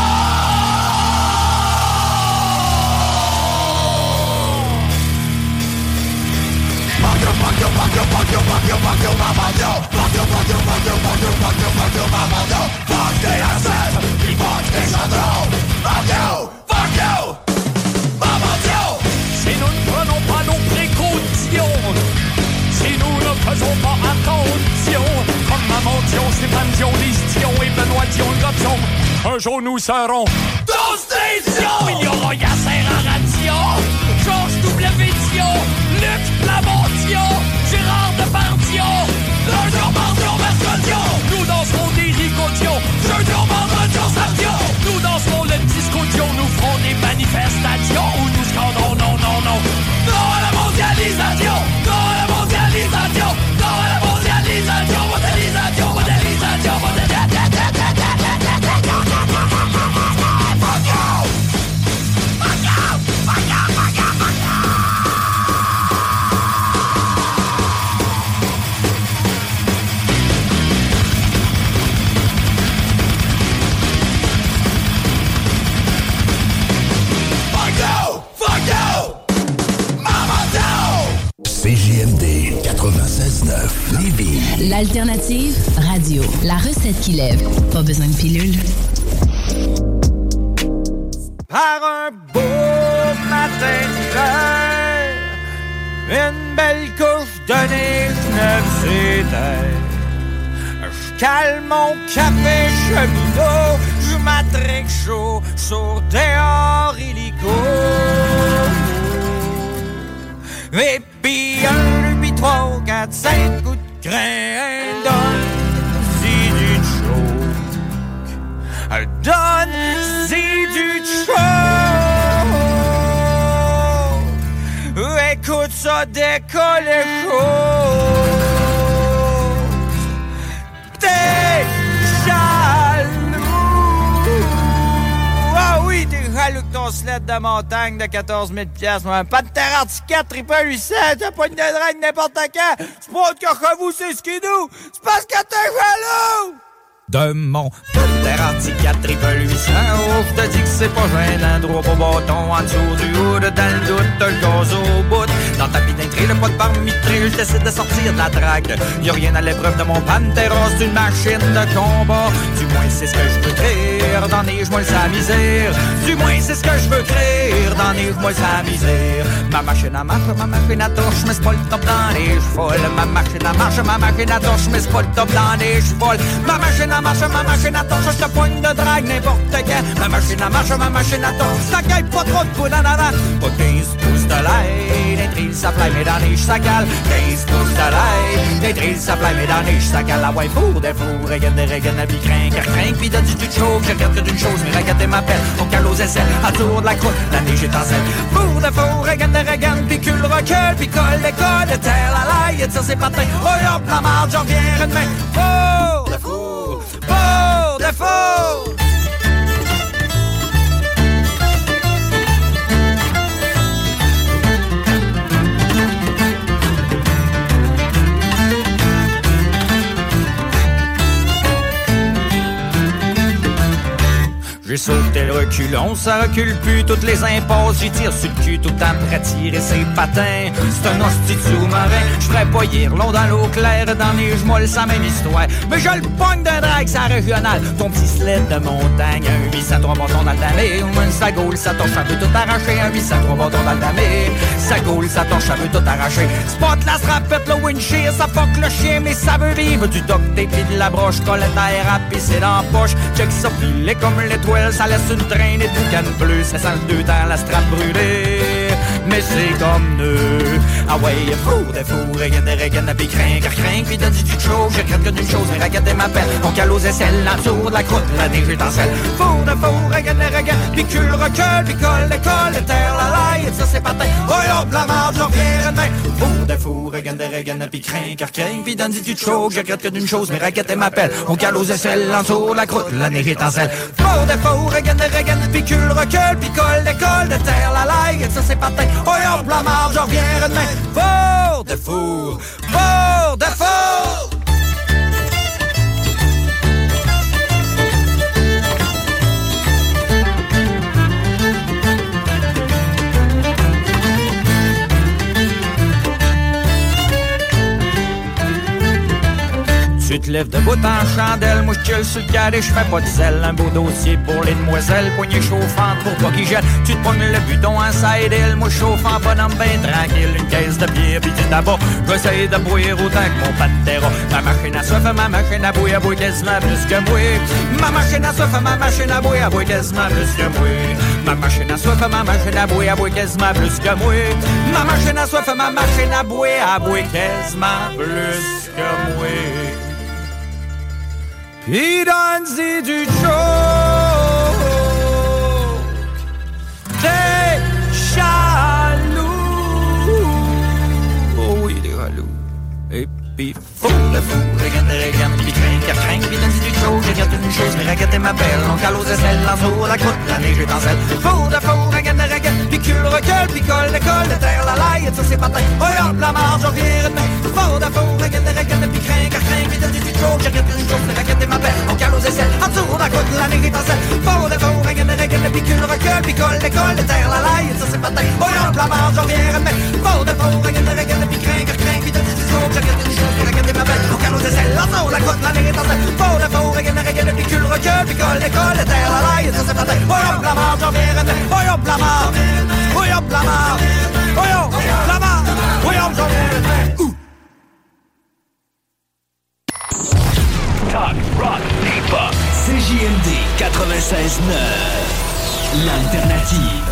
Fuck you, fuck you, fuck you, fuck you, fuck you, fuck you, Maman Dieu! Fuck you, fuck you, fuck you, fuck you, fuck you, fuck you, Maman Dieu! Fuck tes assets, puis fuck tes chandons! Fuck you, fuck you! Maman Dieu! Si nous ne prenons pas nos précautions, si nous ne faisons pas attention, comme Maman Dion, Stéphane Dion, Lise Dion et Benoît Dion, Goption, un jour nous serons tous des Dions! Il y aura Yasser Aradion, Georges W. Dion, Luc Lamontion, Gérard Depardieu, lundi on Dion, mercredi Dion, nous danserons des rigodions, jeudi on vendredi on samedi, nous danserons le disco Dion, nous ferons des manifestations où nous scandons non, non, non, non à la mondialisation, non à la mondialisation, non à la mondialisation, mondialisation, mondialisation, mondialisation. Fuck you! Fuck you! Fuck you! Fuck you! Fuck you! C J M D quatre-vingt-seize neuf Lévis. L'alternative radio. La recette qui lève. Pas besoin de pilule. Par un beau matin d'hiver, une belle couche de neige neuf sur terre. Je cale mon café cheminot, je m'attraque chaud sur dehors illico. Et puis un, deux, puis trois, quatre, cinq coups de grain, donne si du choke. Donne si du choke. Écoute ça décoller chaud. T'es jaloux. Ah oui, t'es jaloux que ton sled de montagne de quatorze mille piastres. Pas de terre articulate, triple huit cents, t'as pas une de drague n'importe quand. C'est pas autre que vous, c'est skidoo. C'est parce que t'es jaloux. de mon terre anti-quatre triple huit cents. Oh, je te dis que c'est pas gênant, droit au bâton, en dessous du hood, dans le doute, t'as le gaz au bout. Dans ta pénétrée, le pas de barre mitré, je décide de sortir de la drague. Y'a rien à l'épreuve de mon Pantera, c'est une machine de combat. Du moins, c'est ce que je veux créer, dans les moi sa misère. Du moins, c'est ce que je veux créer, dans les moi sa misère. Ma machine à marche, ma machine à torche, mais c'est pas le top dans les chevaux. Ma machine à marche, ma machine à torche, mais c'est pas le top dans les chevaux. Ma machine à marche, ma machine à torche, je te poigne de drague n'importe quand. Ma machine à marche, ma machine à torche, ça gagne pas trop de boudinana. Pas quinze pouces de l'ail, des trilles ça plaît, mais dans les ça cale. quinze pouces de l'ail, des trilles ça plaît, mais dans les ça cale. La ouais, four, des fours, regagne, des regagne, la vie craint, car craint, pis donne du tout chaud. Je regarde que d'une chose, mais regarde m'appelle. On cale aux aisselles, à tour de la croûte, la neige étincelle. Four, des fours, regagne, des regagne, pis cul recule, pis colle, décolle, de terre la laille, et tire ses patins. Oh hop, la marde, j'en reviens demain. Four, des fours, four, des fours. J'ai sauté le reculon, ça recule plus toutes les impasses. J'y tire sur le cul tout le temps pour attirer ses patins. C'est un hostie de sous-marin, j'ferais pas hier long dans l'eau claire. Dans les gemolles, c'est la même histoire. Mais je le pogne d'un drag, ça régional. Ton petit sled de montagne, un huit cent trois bâtons dans le damé. Ou une sa gaule, ça torche, ça veut tout arracher. Un huit cent trois bâtons dans le damé. Sa gaule, ça torche, ça veut tout arracher. Spot la strapette, le windshield, ça fuck le chien, mais ça veut vivre. Du duct tape et de la broche, collette à air à pisser dans la poche. Check ça filé comme l'étoile. Ça laisse une traînée de boucan bleu, ça sent le deux temps la strap brûlée. Mais c'est comme nous. Ah ouais, four, des fours, regagne, des regagne, pis craint, car craint, pis donne du chaud. Je regrette que d'une chose, mais regarde m'appelle. On cale aux aisselles, en dessous de la croûte, la neige étincelle. Four, des fours, regagne, des regagne, pis cul recule, pis colle, décolle, et terre la laille, et ça c'est patin. Oh hop, la marde, j'en reviens demain. Four, des fours, regagne, des regagne, pis craint, car craint, pis donne du chaud. Je regrette que d'une chose, mais regarde m'appelle. On cale aux aisselles, en dessous de la croûte, la neige étincelle. Four, des fours, regagne, des regagne, pis cul recule, pis colle, décolle, de terre la laille, et ça c'est patin. Oh hop, la marge, j'en reviens demain. Four de four, four de four. Tu te lèves debout en chandelle, moi je chill sur le carré, je fais pas de sel. Un beau dossier pour les demoiselles, poignée chauffante pour pas qu'ils jettent. Tu te pognes le bidon en side hill, moi chauffant bonhomme ben tranquille. Une caisse de bière pis du tabac, j'essaye de boire autant que mon Pantera. Ma machine à soif, ma machine à bouille, à bouille quasiment plus que moi. Ma machine à soif, ma machine à bouille, à bouille quasiment plus que moi. Ma machine à soif, ma machine à bouille, à bouille quasiment plus que moi. Ma machine à soif, ma machine à bouille, à bouille quasiment plus que moi. Pis donne-y du chaud, des jaloux. Oh oui, des jaloux. Et pis four de four, regarde, regarde, pis craint, car craint, pis donne-y du chaud. Je regarde une chose, mais regarde m'appelle. On cale aux aisselles, en dessous la croûte, la neige étincelle. Four de four, regarde, regarde, pis cul recule, pis colle, décolle, de terre la laille, et ça c'est patin. Oh hop, la marge, j'en reviens demain. Four de four, regarde, regarde, pis craint, car craint, pis donne-y du chaud. Je regarde une chose, mais regarde m'appelle. On cale aux aisselles, en dessous la croûte, la neige étincelle. Four de four, regarde, regarde, pis cul recule, pis colle, décolle, de terre la laille, et ça c'est patin. Oh hop, la marge, j'en reviens demain. Four de four, regarde, regarde, pis craint, car craint, pis donne-y du chaud. Je regarde une chose, mais regarde m'appelle. On cale aux aisselles, en dessous la croûte, la neige étincelle. Four de four, regarde, regarde, pis cul recule, pis colle, décolle, de terre la laille, et ça c'est patin. Oh hop, la marge, j'en reviens demain. Oh hop, la marge, oh hop, la marge, oh hop, la marge, oh hop, j'en reviens demain. Talk, rock, hip-hop. C J M D quatre-vingt-seize neuf. L'alternative.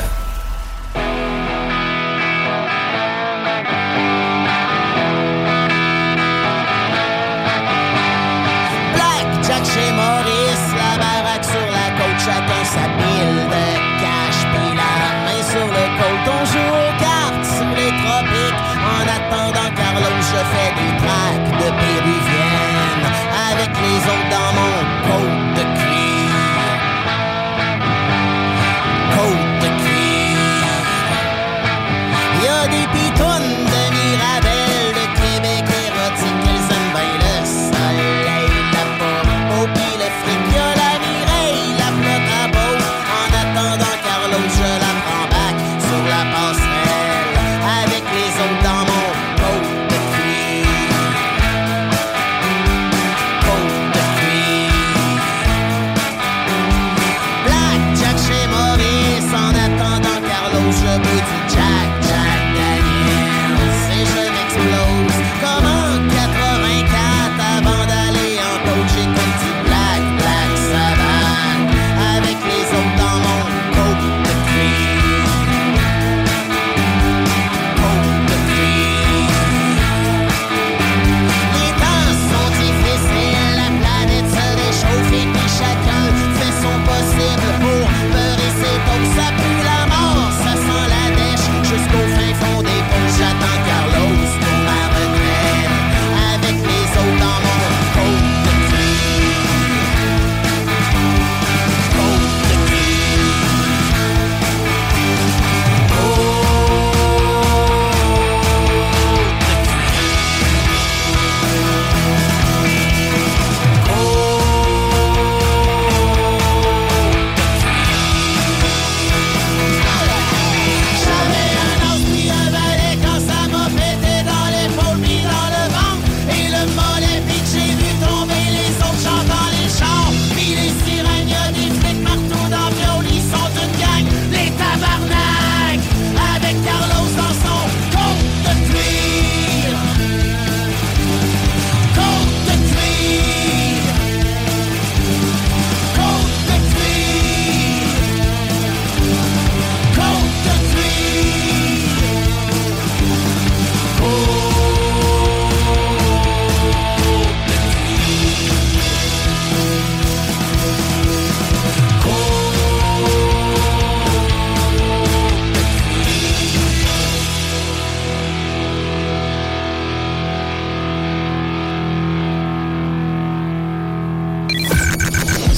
Blackjack chez Maurice, la baraque sur la côte, chacun sa pile de cash, puis la main sur le côte. On joue aux cartes sous les tropiques, en attendant Carlos, je fais des tracks de péruvienne, avec les autres dans mon côte de cuir. Côte de cuir. Y'a des pitounes de Mirabel, de Québec érotique, ils aiment bien le soleil, la peau, au pied le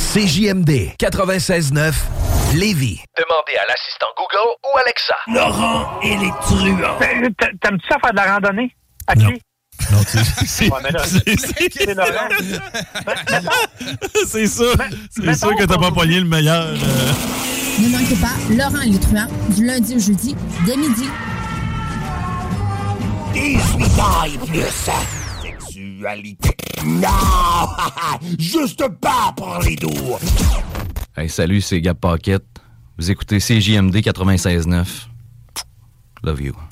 C J M D quatre-vingt-seize neuf Lévis. Demandez à l'assistant Google ou Alexa. Laurent et les truands. T'aimes-tu ça faire de la randonnée? À qui? Non, c'est... c'est, ouais, mais là, c'est, c'est, c'est Laurent. c'est sûr. C'est sûr que t'as pas poigné le meilleur. Euh... Ne manquez pas Laurent et les truands du lundi au jeudi dès midi. dix-huit ans et plus. Sexualité. Non! Juste pas pour les doux. Hey, salut, c'est Gab Paquette. Vous écoutez C J M D quatre-vingt-seize neuf. Love you.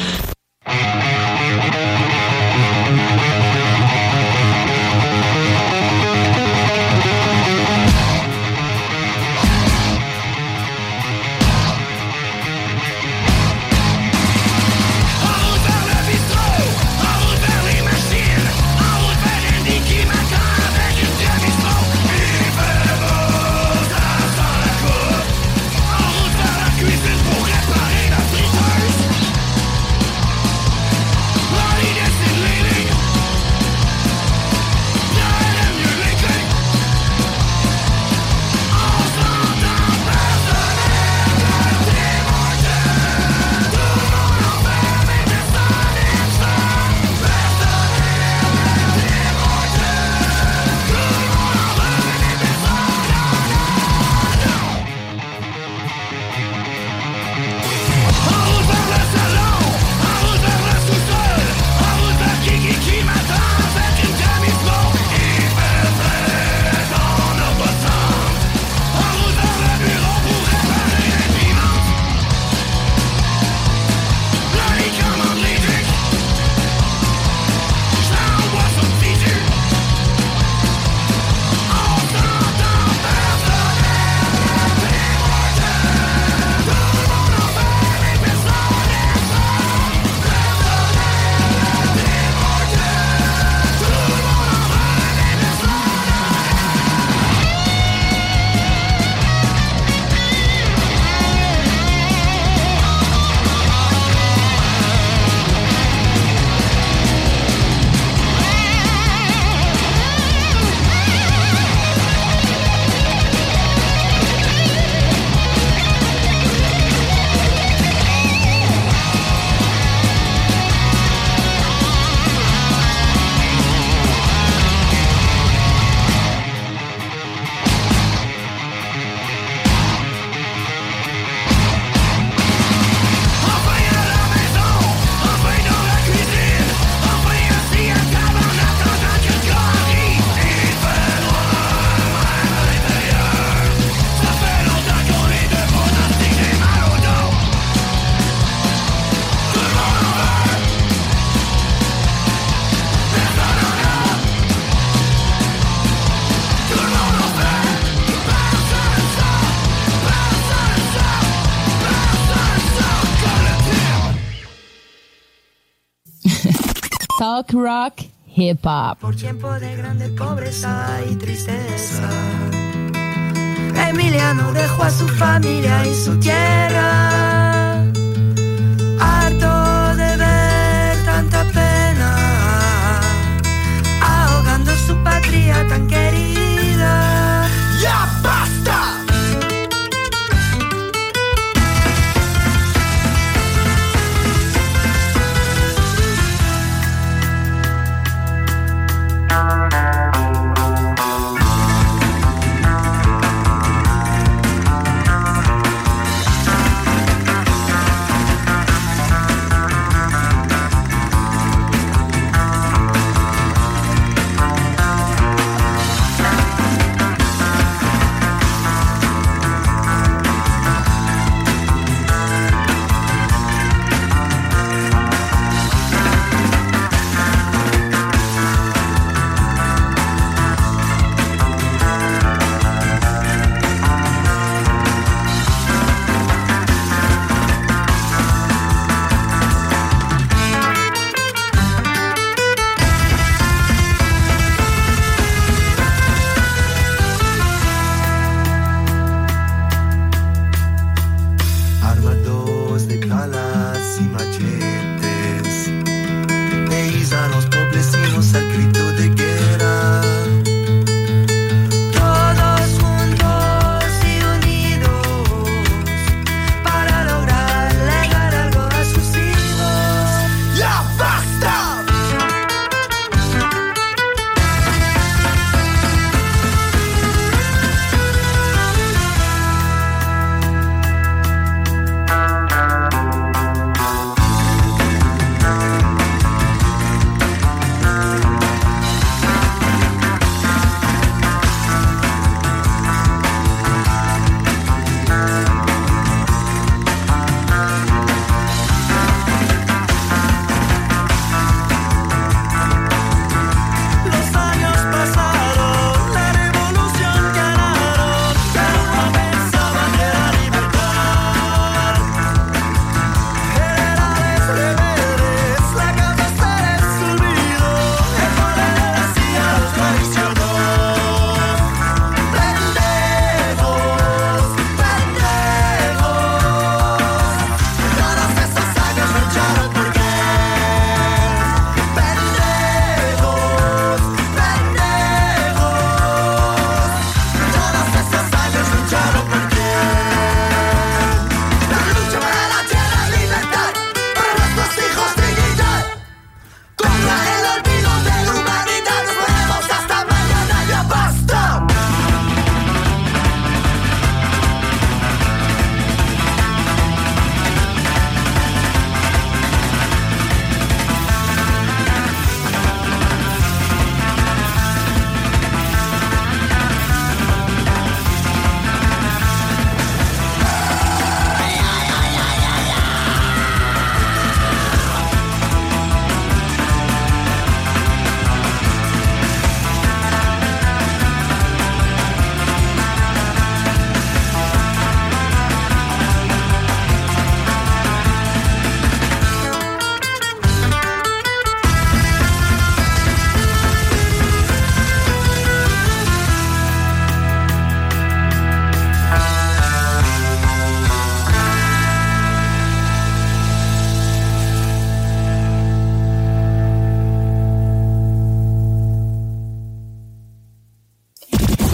Talk rock, hip hop. Por tiempo de grande pobreza y tristeza, Emiliano dejó a su familia y su tierra, harto de ver tanta pena, ahogando su patria tan querida. ¡Ya basta!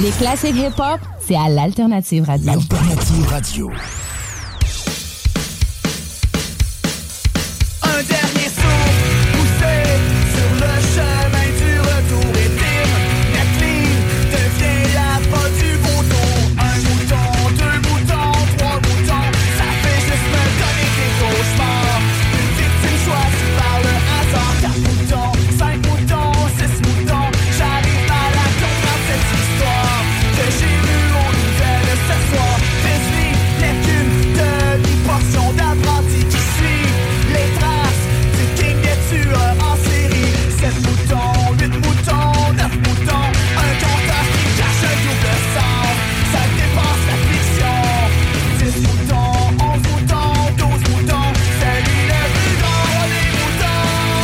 Les classiques hip-hop, c'est à l'Alternative Radio. L'Alternative Radio. Un dernier saut poussé sur le chemin du retour et Tim McLean devient la pas du bouton. Un bouton, deux boutons, trois boutons, ça fait juste me donner des cauchemars. Une victime choisie par le hasard. Quatre boutons, cinq boutons, six boutons, j'arrive mal à comprendre cette histoire que j'ai lue aux nouvelles ce soir. This vie n'est qu'une demi-portion d'apprenti qui suit les traces du king des tueurs en série. Sept boutons, huit boutons, neuf boutons, un compteur qui cache un double sens, ça dépasse la fiction. Dix boutons, onze boutons, douze boutons, c'est lui le plus grand des boutons.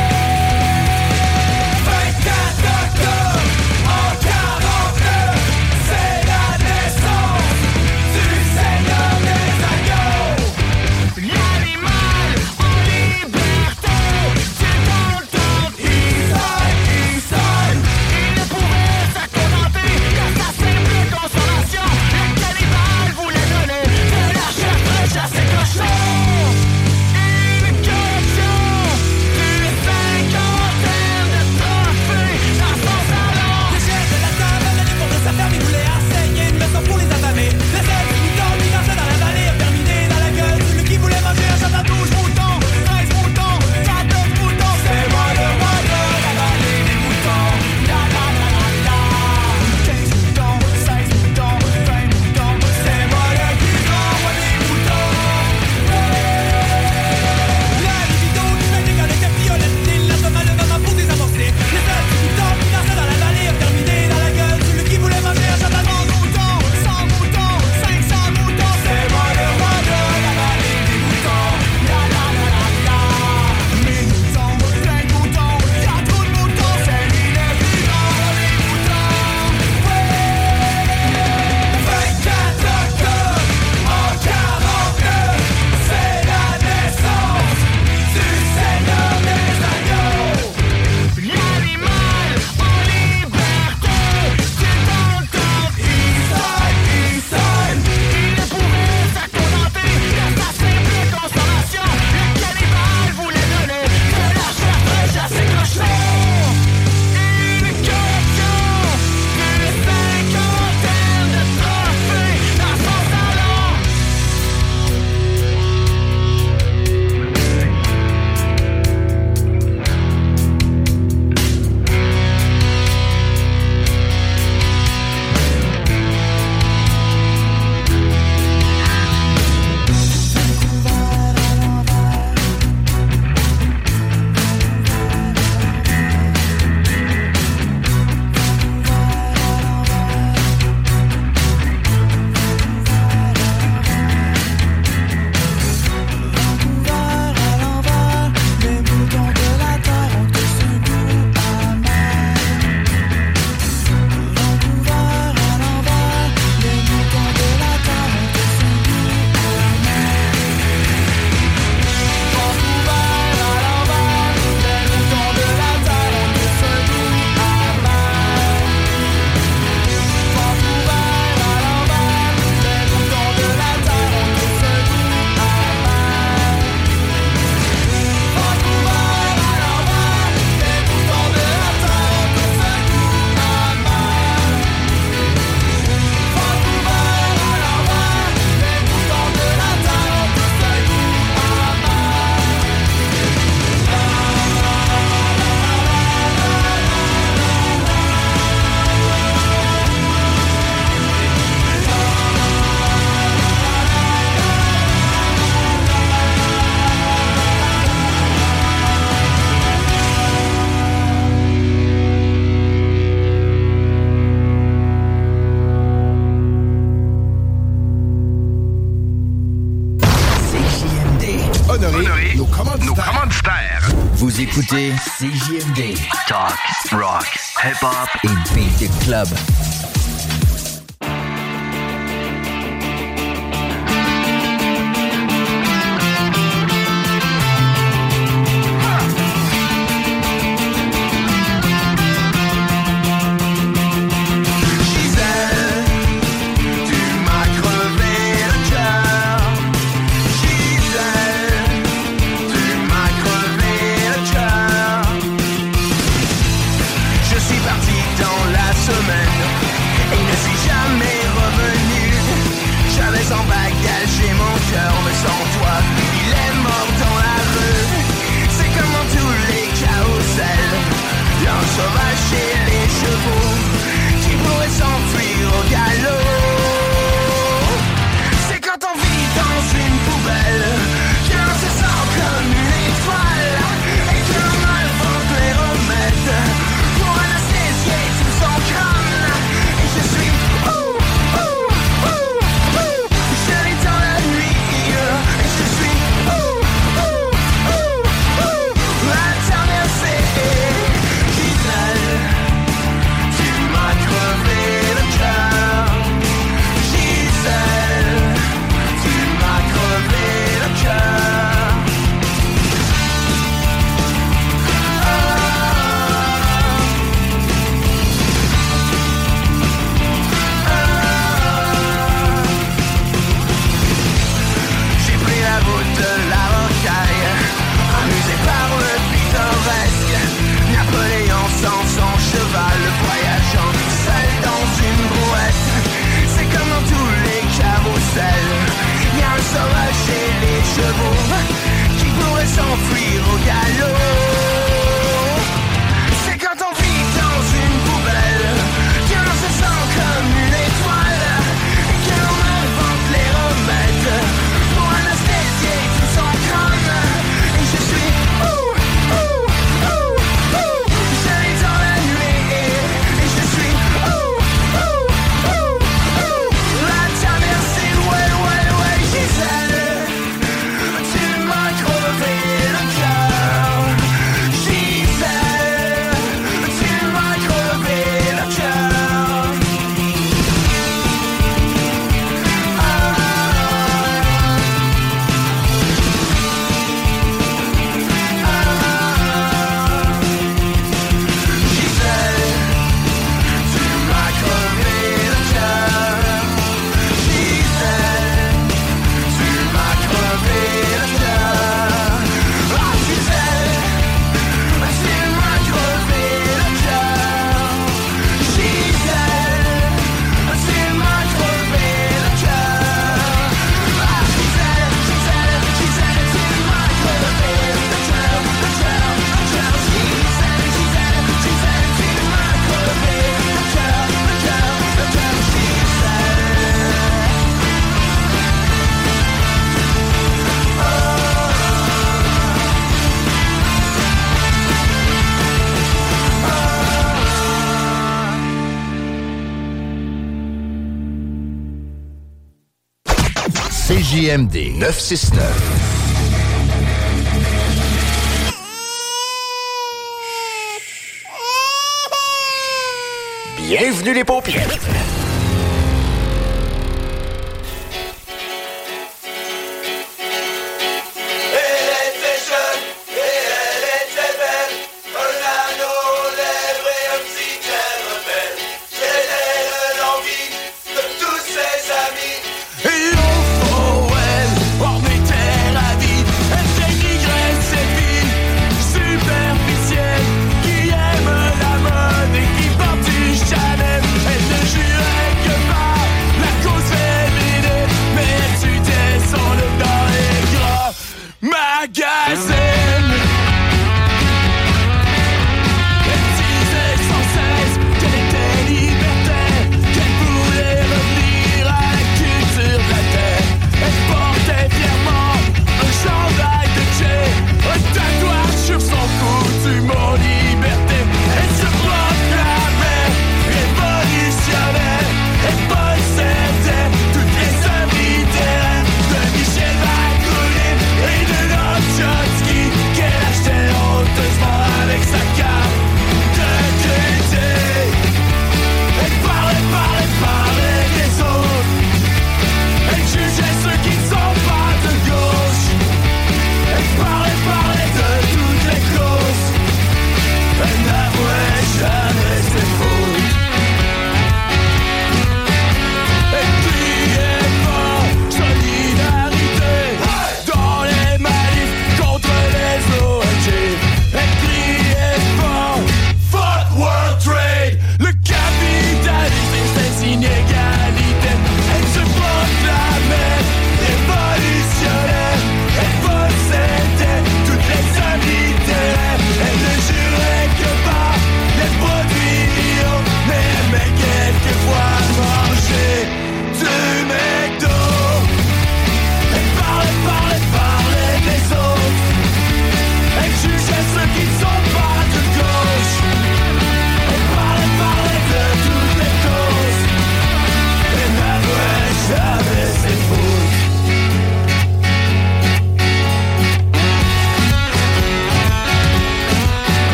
vingt-quatre octobre en quarante-neuf, c'est la naissance du Seigneur des Agneaux. L'animal en liberté, c'est dans le temps. Il sonne, il sonne, il ne pouvait s'accommoder qu'à sa simple consommation. Le cannibale voulait donner de la chair fraîche à ses cochons. Une collection d'une cinquantaine de trophées dans son salon. Le chef de la table a donné pour de sa ferme, il voulait enseigner une leçon pour les affamés. Le seul bouton lui lançait dans la vallée, terminé dans la gueule. Celui qui voulait manger un chat à douze boutons, treize boutons, quatorze boutons. C'est moi le roi de la vallée des boutons. La la la la la. quinze boutons, seize boutons, vingt boutons. C'est moi le plus grand roi des boutons. La libido qui fait décoller tes violettes, il la somme malheureusement pour désamorcer. Les seuls boutons qui dansaient dans la vallée, terminé dans la gueule. Celui qui voulait manger un chat à douze boutons, cent boutons, cinq cents boutons. C'est moi le roi de la vallée des boutons. La la la la la. Mille boutons, plein de boutons, y'a trop de boutons. C'est lui le plus grand roi des boutons. vingt-quatre octobre en quarante-neuf, c'est la naissance du Seigneur des Agneaux. L'animal en liberté, c'est dans le temps. Il sonne, il sonne, il ne pouvait s'accommoder qu'à sa simple consommation. Le cannibale voulait donner de la chair fraîche à ses cochons. Une collection d'une cinquantaine de trophées dans son salon. Les boutons de la terre ont tous un goût amer. Vancouver à l'envers, les boutons de la terre ont tous un goût amer. Vancouver à l'envers, les boutons de la terre ont tous un goût amer. Vancouver à l'envers, les boutons de la terre ont tous un goût amer. Vancouver à l'envers, les boutons de la terre ont tous un goût amer. Vancouver à l'envers, les boutons de la terre ont tous un goût C J M D. Honoré, nos commanditaires. Vous écoutez C J M D. Talk, rock, hip-hop et beat the club. She's semaine et ne suis jamais revenu. J'avais embagagé mon cœur, mais sans toi, il est mort dans la rue. C'est comme dans tous les carousels, y'a un sauvage chez les chevaux qui pourrait s'enfuir au galop. C'est quand on vit dans une poubelle que l'on se sent comme une étoile et que l'on invente les remèdes pour anesthésier tout son crâne. Et je suis ouh, ouh, ouh, ouh. Je lis dans la nuit et je suis ouh, ouh, ouh, ouh. La dernière c'est Gisèle, tu m'as crevé le cœur. Gisèle, tu m'as crevé le cœur. J'ai pris la route de la rocaille, amusé par le pittoresque. Napoléon sans son cheval, voyageant seul dans une brouette. C'est comme dans tous les carousels, y'a un sauvage chez les chevaux qui pourrait s'enfuir au galop. C'est quand on vit dans une poubelle que l'on se sent comme une étoile et que l'on invente les remèdes pour anesthésier tout son crâne. Et je suis ouh, ouh, ouh, ouh. Je lis dans la nuit et je suis ouh, ouh, ouh, ouh. La dernière c'est ouais, ouais, ouais, Gisèle, tu m'as crevé le cœur. Gisèle, tu m'as crevé le cœur. Gisèle, tu m'as crevé le cœur. Gisèle, tu m'as crevé le cœur. Ah Gisèle, tu m'as crevé le cœur. Gisèle, tu m'as crevé le cœur. Ah Gisèle, Gisèle, Gisèle, tu m'as crevé le cœur, le cœur, le cœur. Gisèle, Gisèle, Gisèle, tu m'as crevé le cœur, le cœur, le cœur. C J M D neuf cent soixante-neuf. Bienvenue les paupiètes. Superficielle, qui aime la mode et qui porte du Chanel. Elle ne jure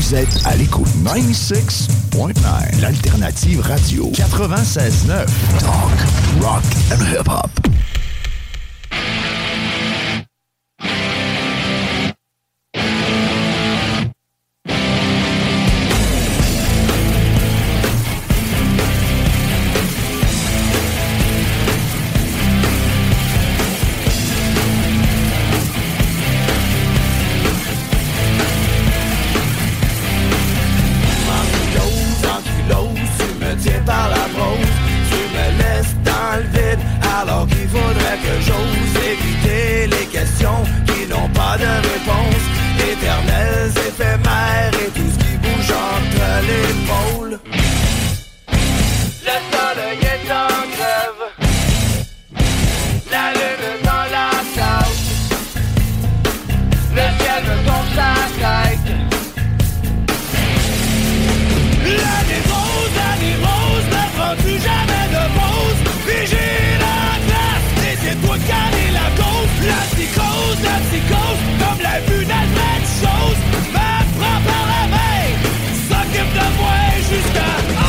Vous êtes à l'écoute quatre-vingt-six neuf, l'alternative radio quatre-vingt-seize neuf. Talk, rock and hip-hop. Par la brosse, tu me laisses dans le vide, alors qu'il faudrait que j'ose éviter les questions qui n'ont pas de réponse, éternelles, éphémères et tout ce qui bouge entre les pôles. Le soleil est en grève, la lune dans la cage, le ciel me tombe sa tête. L'année rose, l'année rose, ne prends-tu jamais de pause? Vigile en glace, et c'est toi qui as la cause. La psychose, la psychose, comme la vue d'Alfred chose, me prend par la main, s'occupe de moi jusqu'à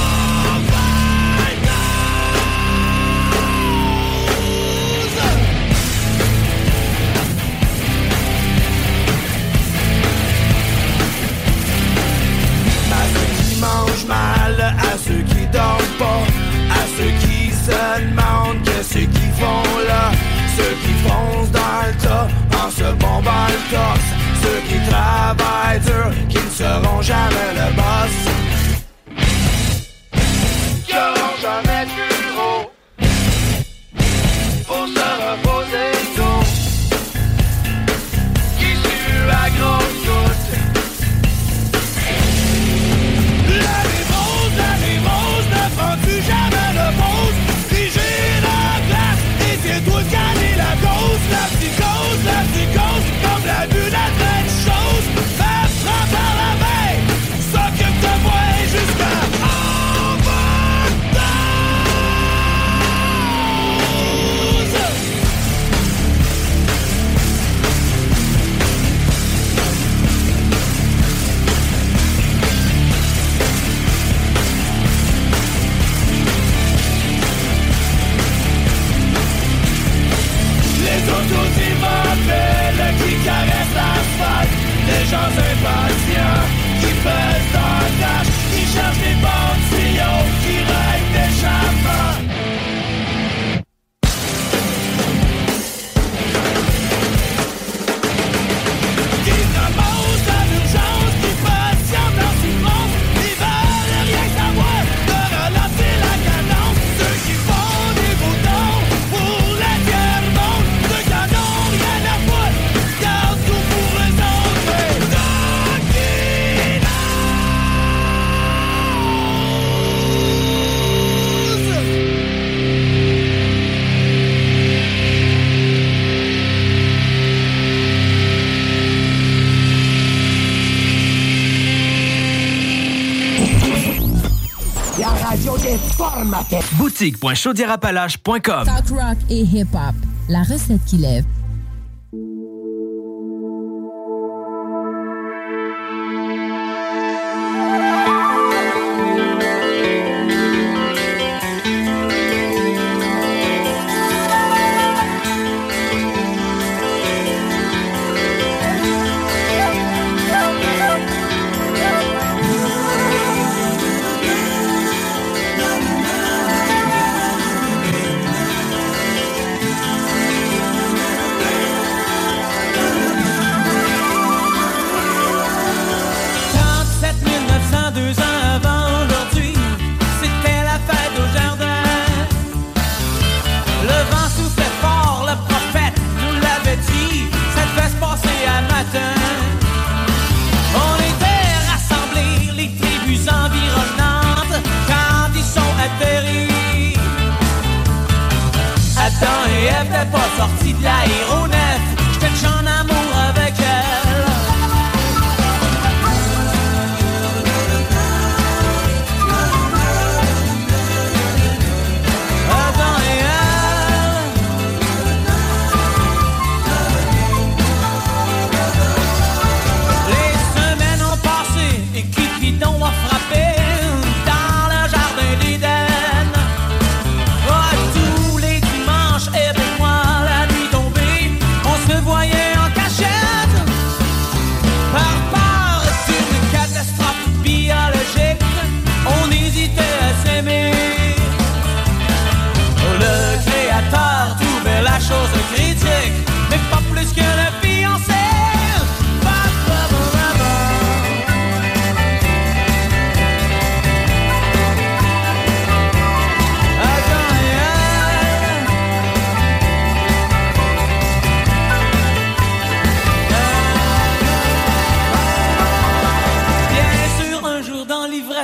mange mal, à ceux qui dorment pas, à ceux qui se demandent qu'est-ce qu'ils font là, ceux qui foncent dans le tas en se bombant le torse, ceux qui travaillent dur, qui ne seront jamais le boss, qui auront jamais de bureau pour se reposer tôt, qui suent à grosses gouttes. Prends-tu jamais de pause? Vigile en glace, et c'est toi qui as la cause. La psychose, la psychose, comme la vue d'Alfred chose, me prend par la main, s'occupe de moi jusqu'à les autos immobiles qui caressent l'asphalte, les gens impatients qui pèsent dans la tâche, qui cherchent des bons tuyaux, qui règlent d'échappement. Qui commencent à l'urgence, qui patientent en souffrance, qui veulent rien savoir de relancer la cadence, ceux qui font des beaux dons pour la tiers monde. La radio des formateurs. boutique point chaudière appalaches point com. Talk rock et hip-hop. La recette qui lève. Sorti de l'aéronef, j'étais en amour avec elle. Adam et elle. Les semaines ont passé et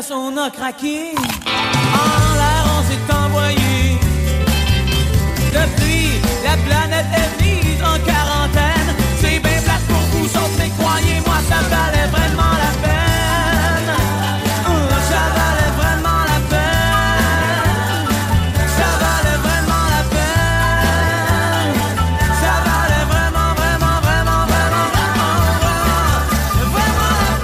place on a craqué. En l'air on s'est envoyé. Depuis, la planète est mise en quarantaine. C'est bien plate pour vous autres, mais croyez-moi, ça valait vraiment la peine. Oh, ça valait vraiment la peine. Ça valait vraiment la peine. Ça valait vraiment, vraiment, vraiment, vraiment, vraiment, vraiment, vraiment la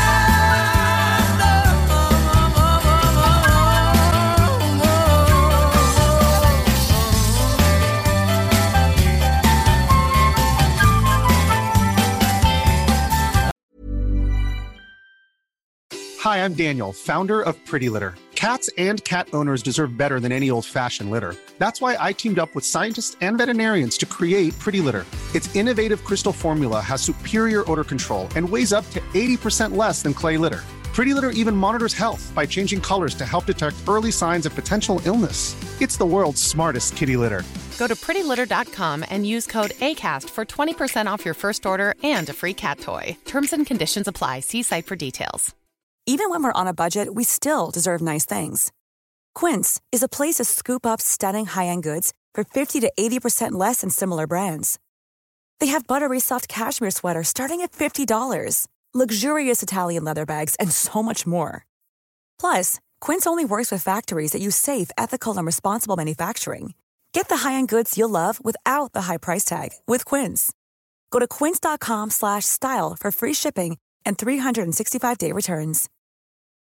Hi, I'm Daniel, founder of Pretty Litter. Cats and cat owners deserve better than any old-fashioned litter. That's why I teamed up with scientists and veterinarians to create Pretty Litter. Its innovative crystal formula has superior odor control and weighs up to eighty percent less than clay litter. Pretty Litter even monitors health by changing colors to help detect early signs of potential illness. It's the world's smartest kitty litter. Go to pretty litter dot com and use code ACAST for twenty percent off your first order and a free cat toy. Terms and conditions apply. See site for details. Even when we're on a budget, we still deserve nice things. Quince is a place to scoop up stunning high-end goods for fifty to eighty percent less than similar brands. They have buttery soft cashmere sweaters starting at fifty dollars, luxurious Italian leather bags, and so much more. Plus, Quince only works with factories that use safe, ethical, and responsible manufacturing. Get the high-end goods you'll love without the high price tag with Quince. Go to quince dot com slash style for free shipping and three sixty-five day returns.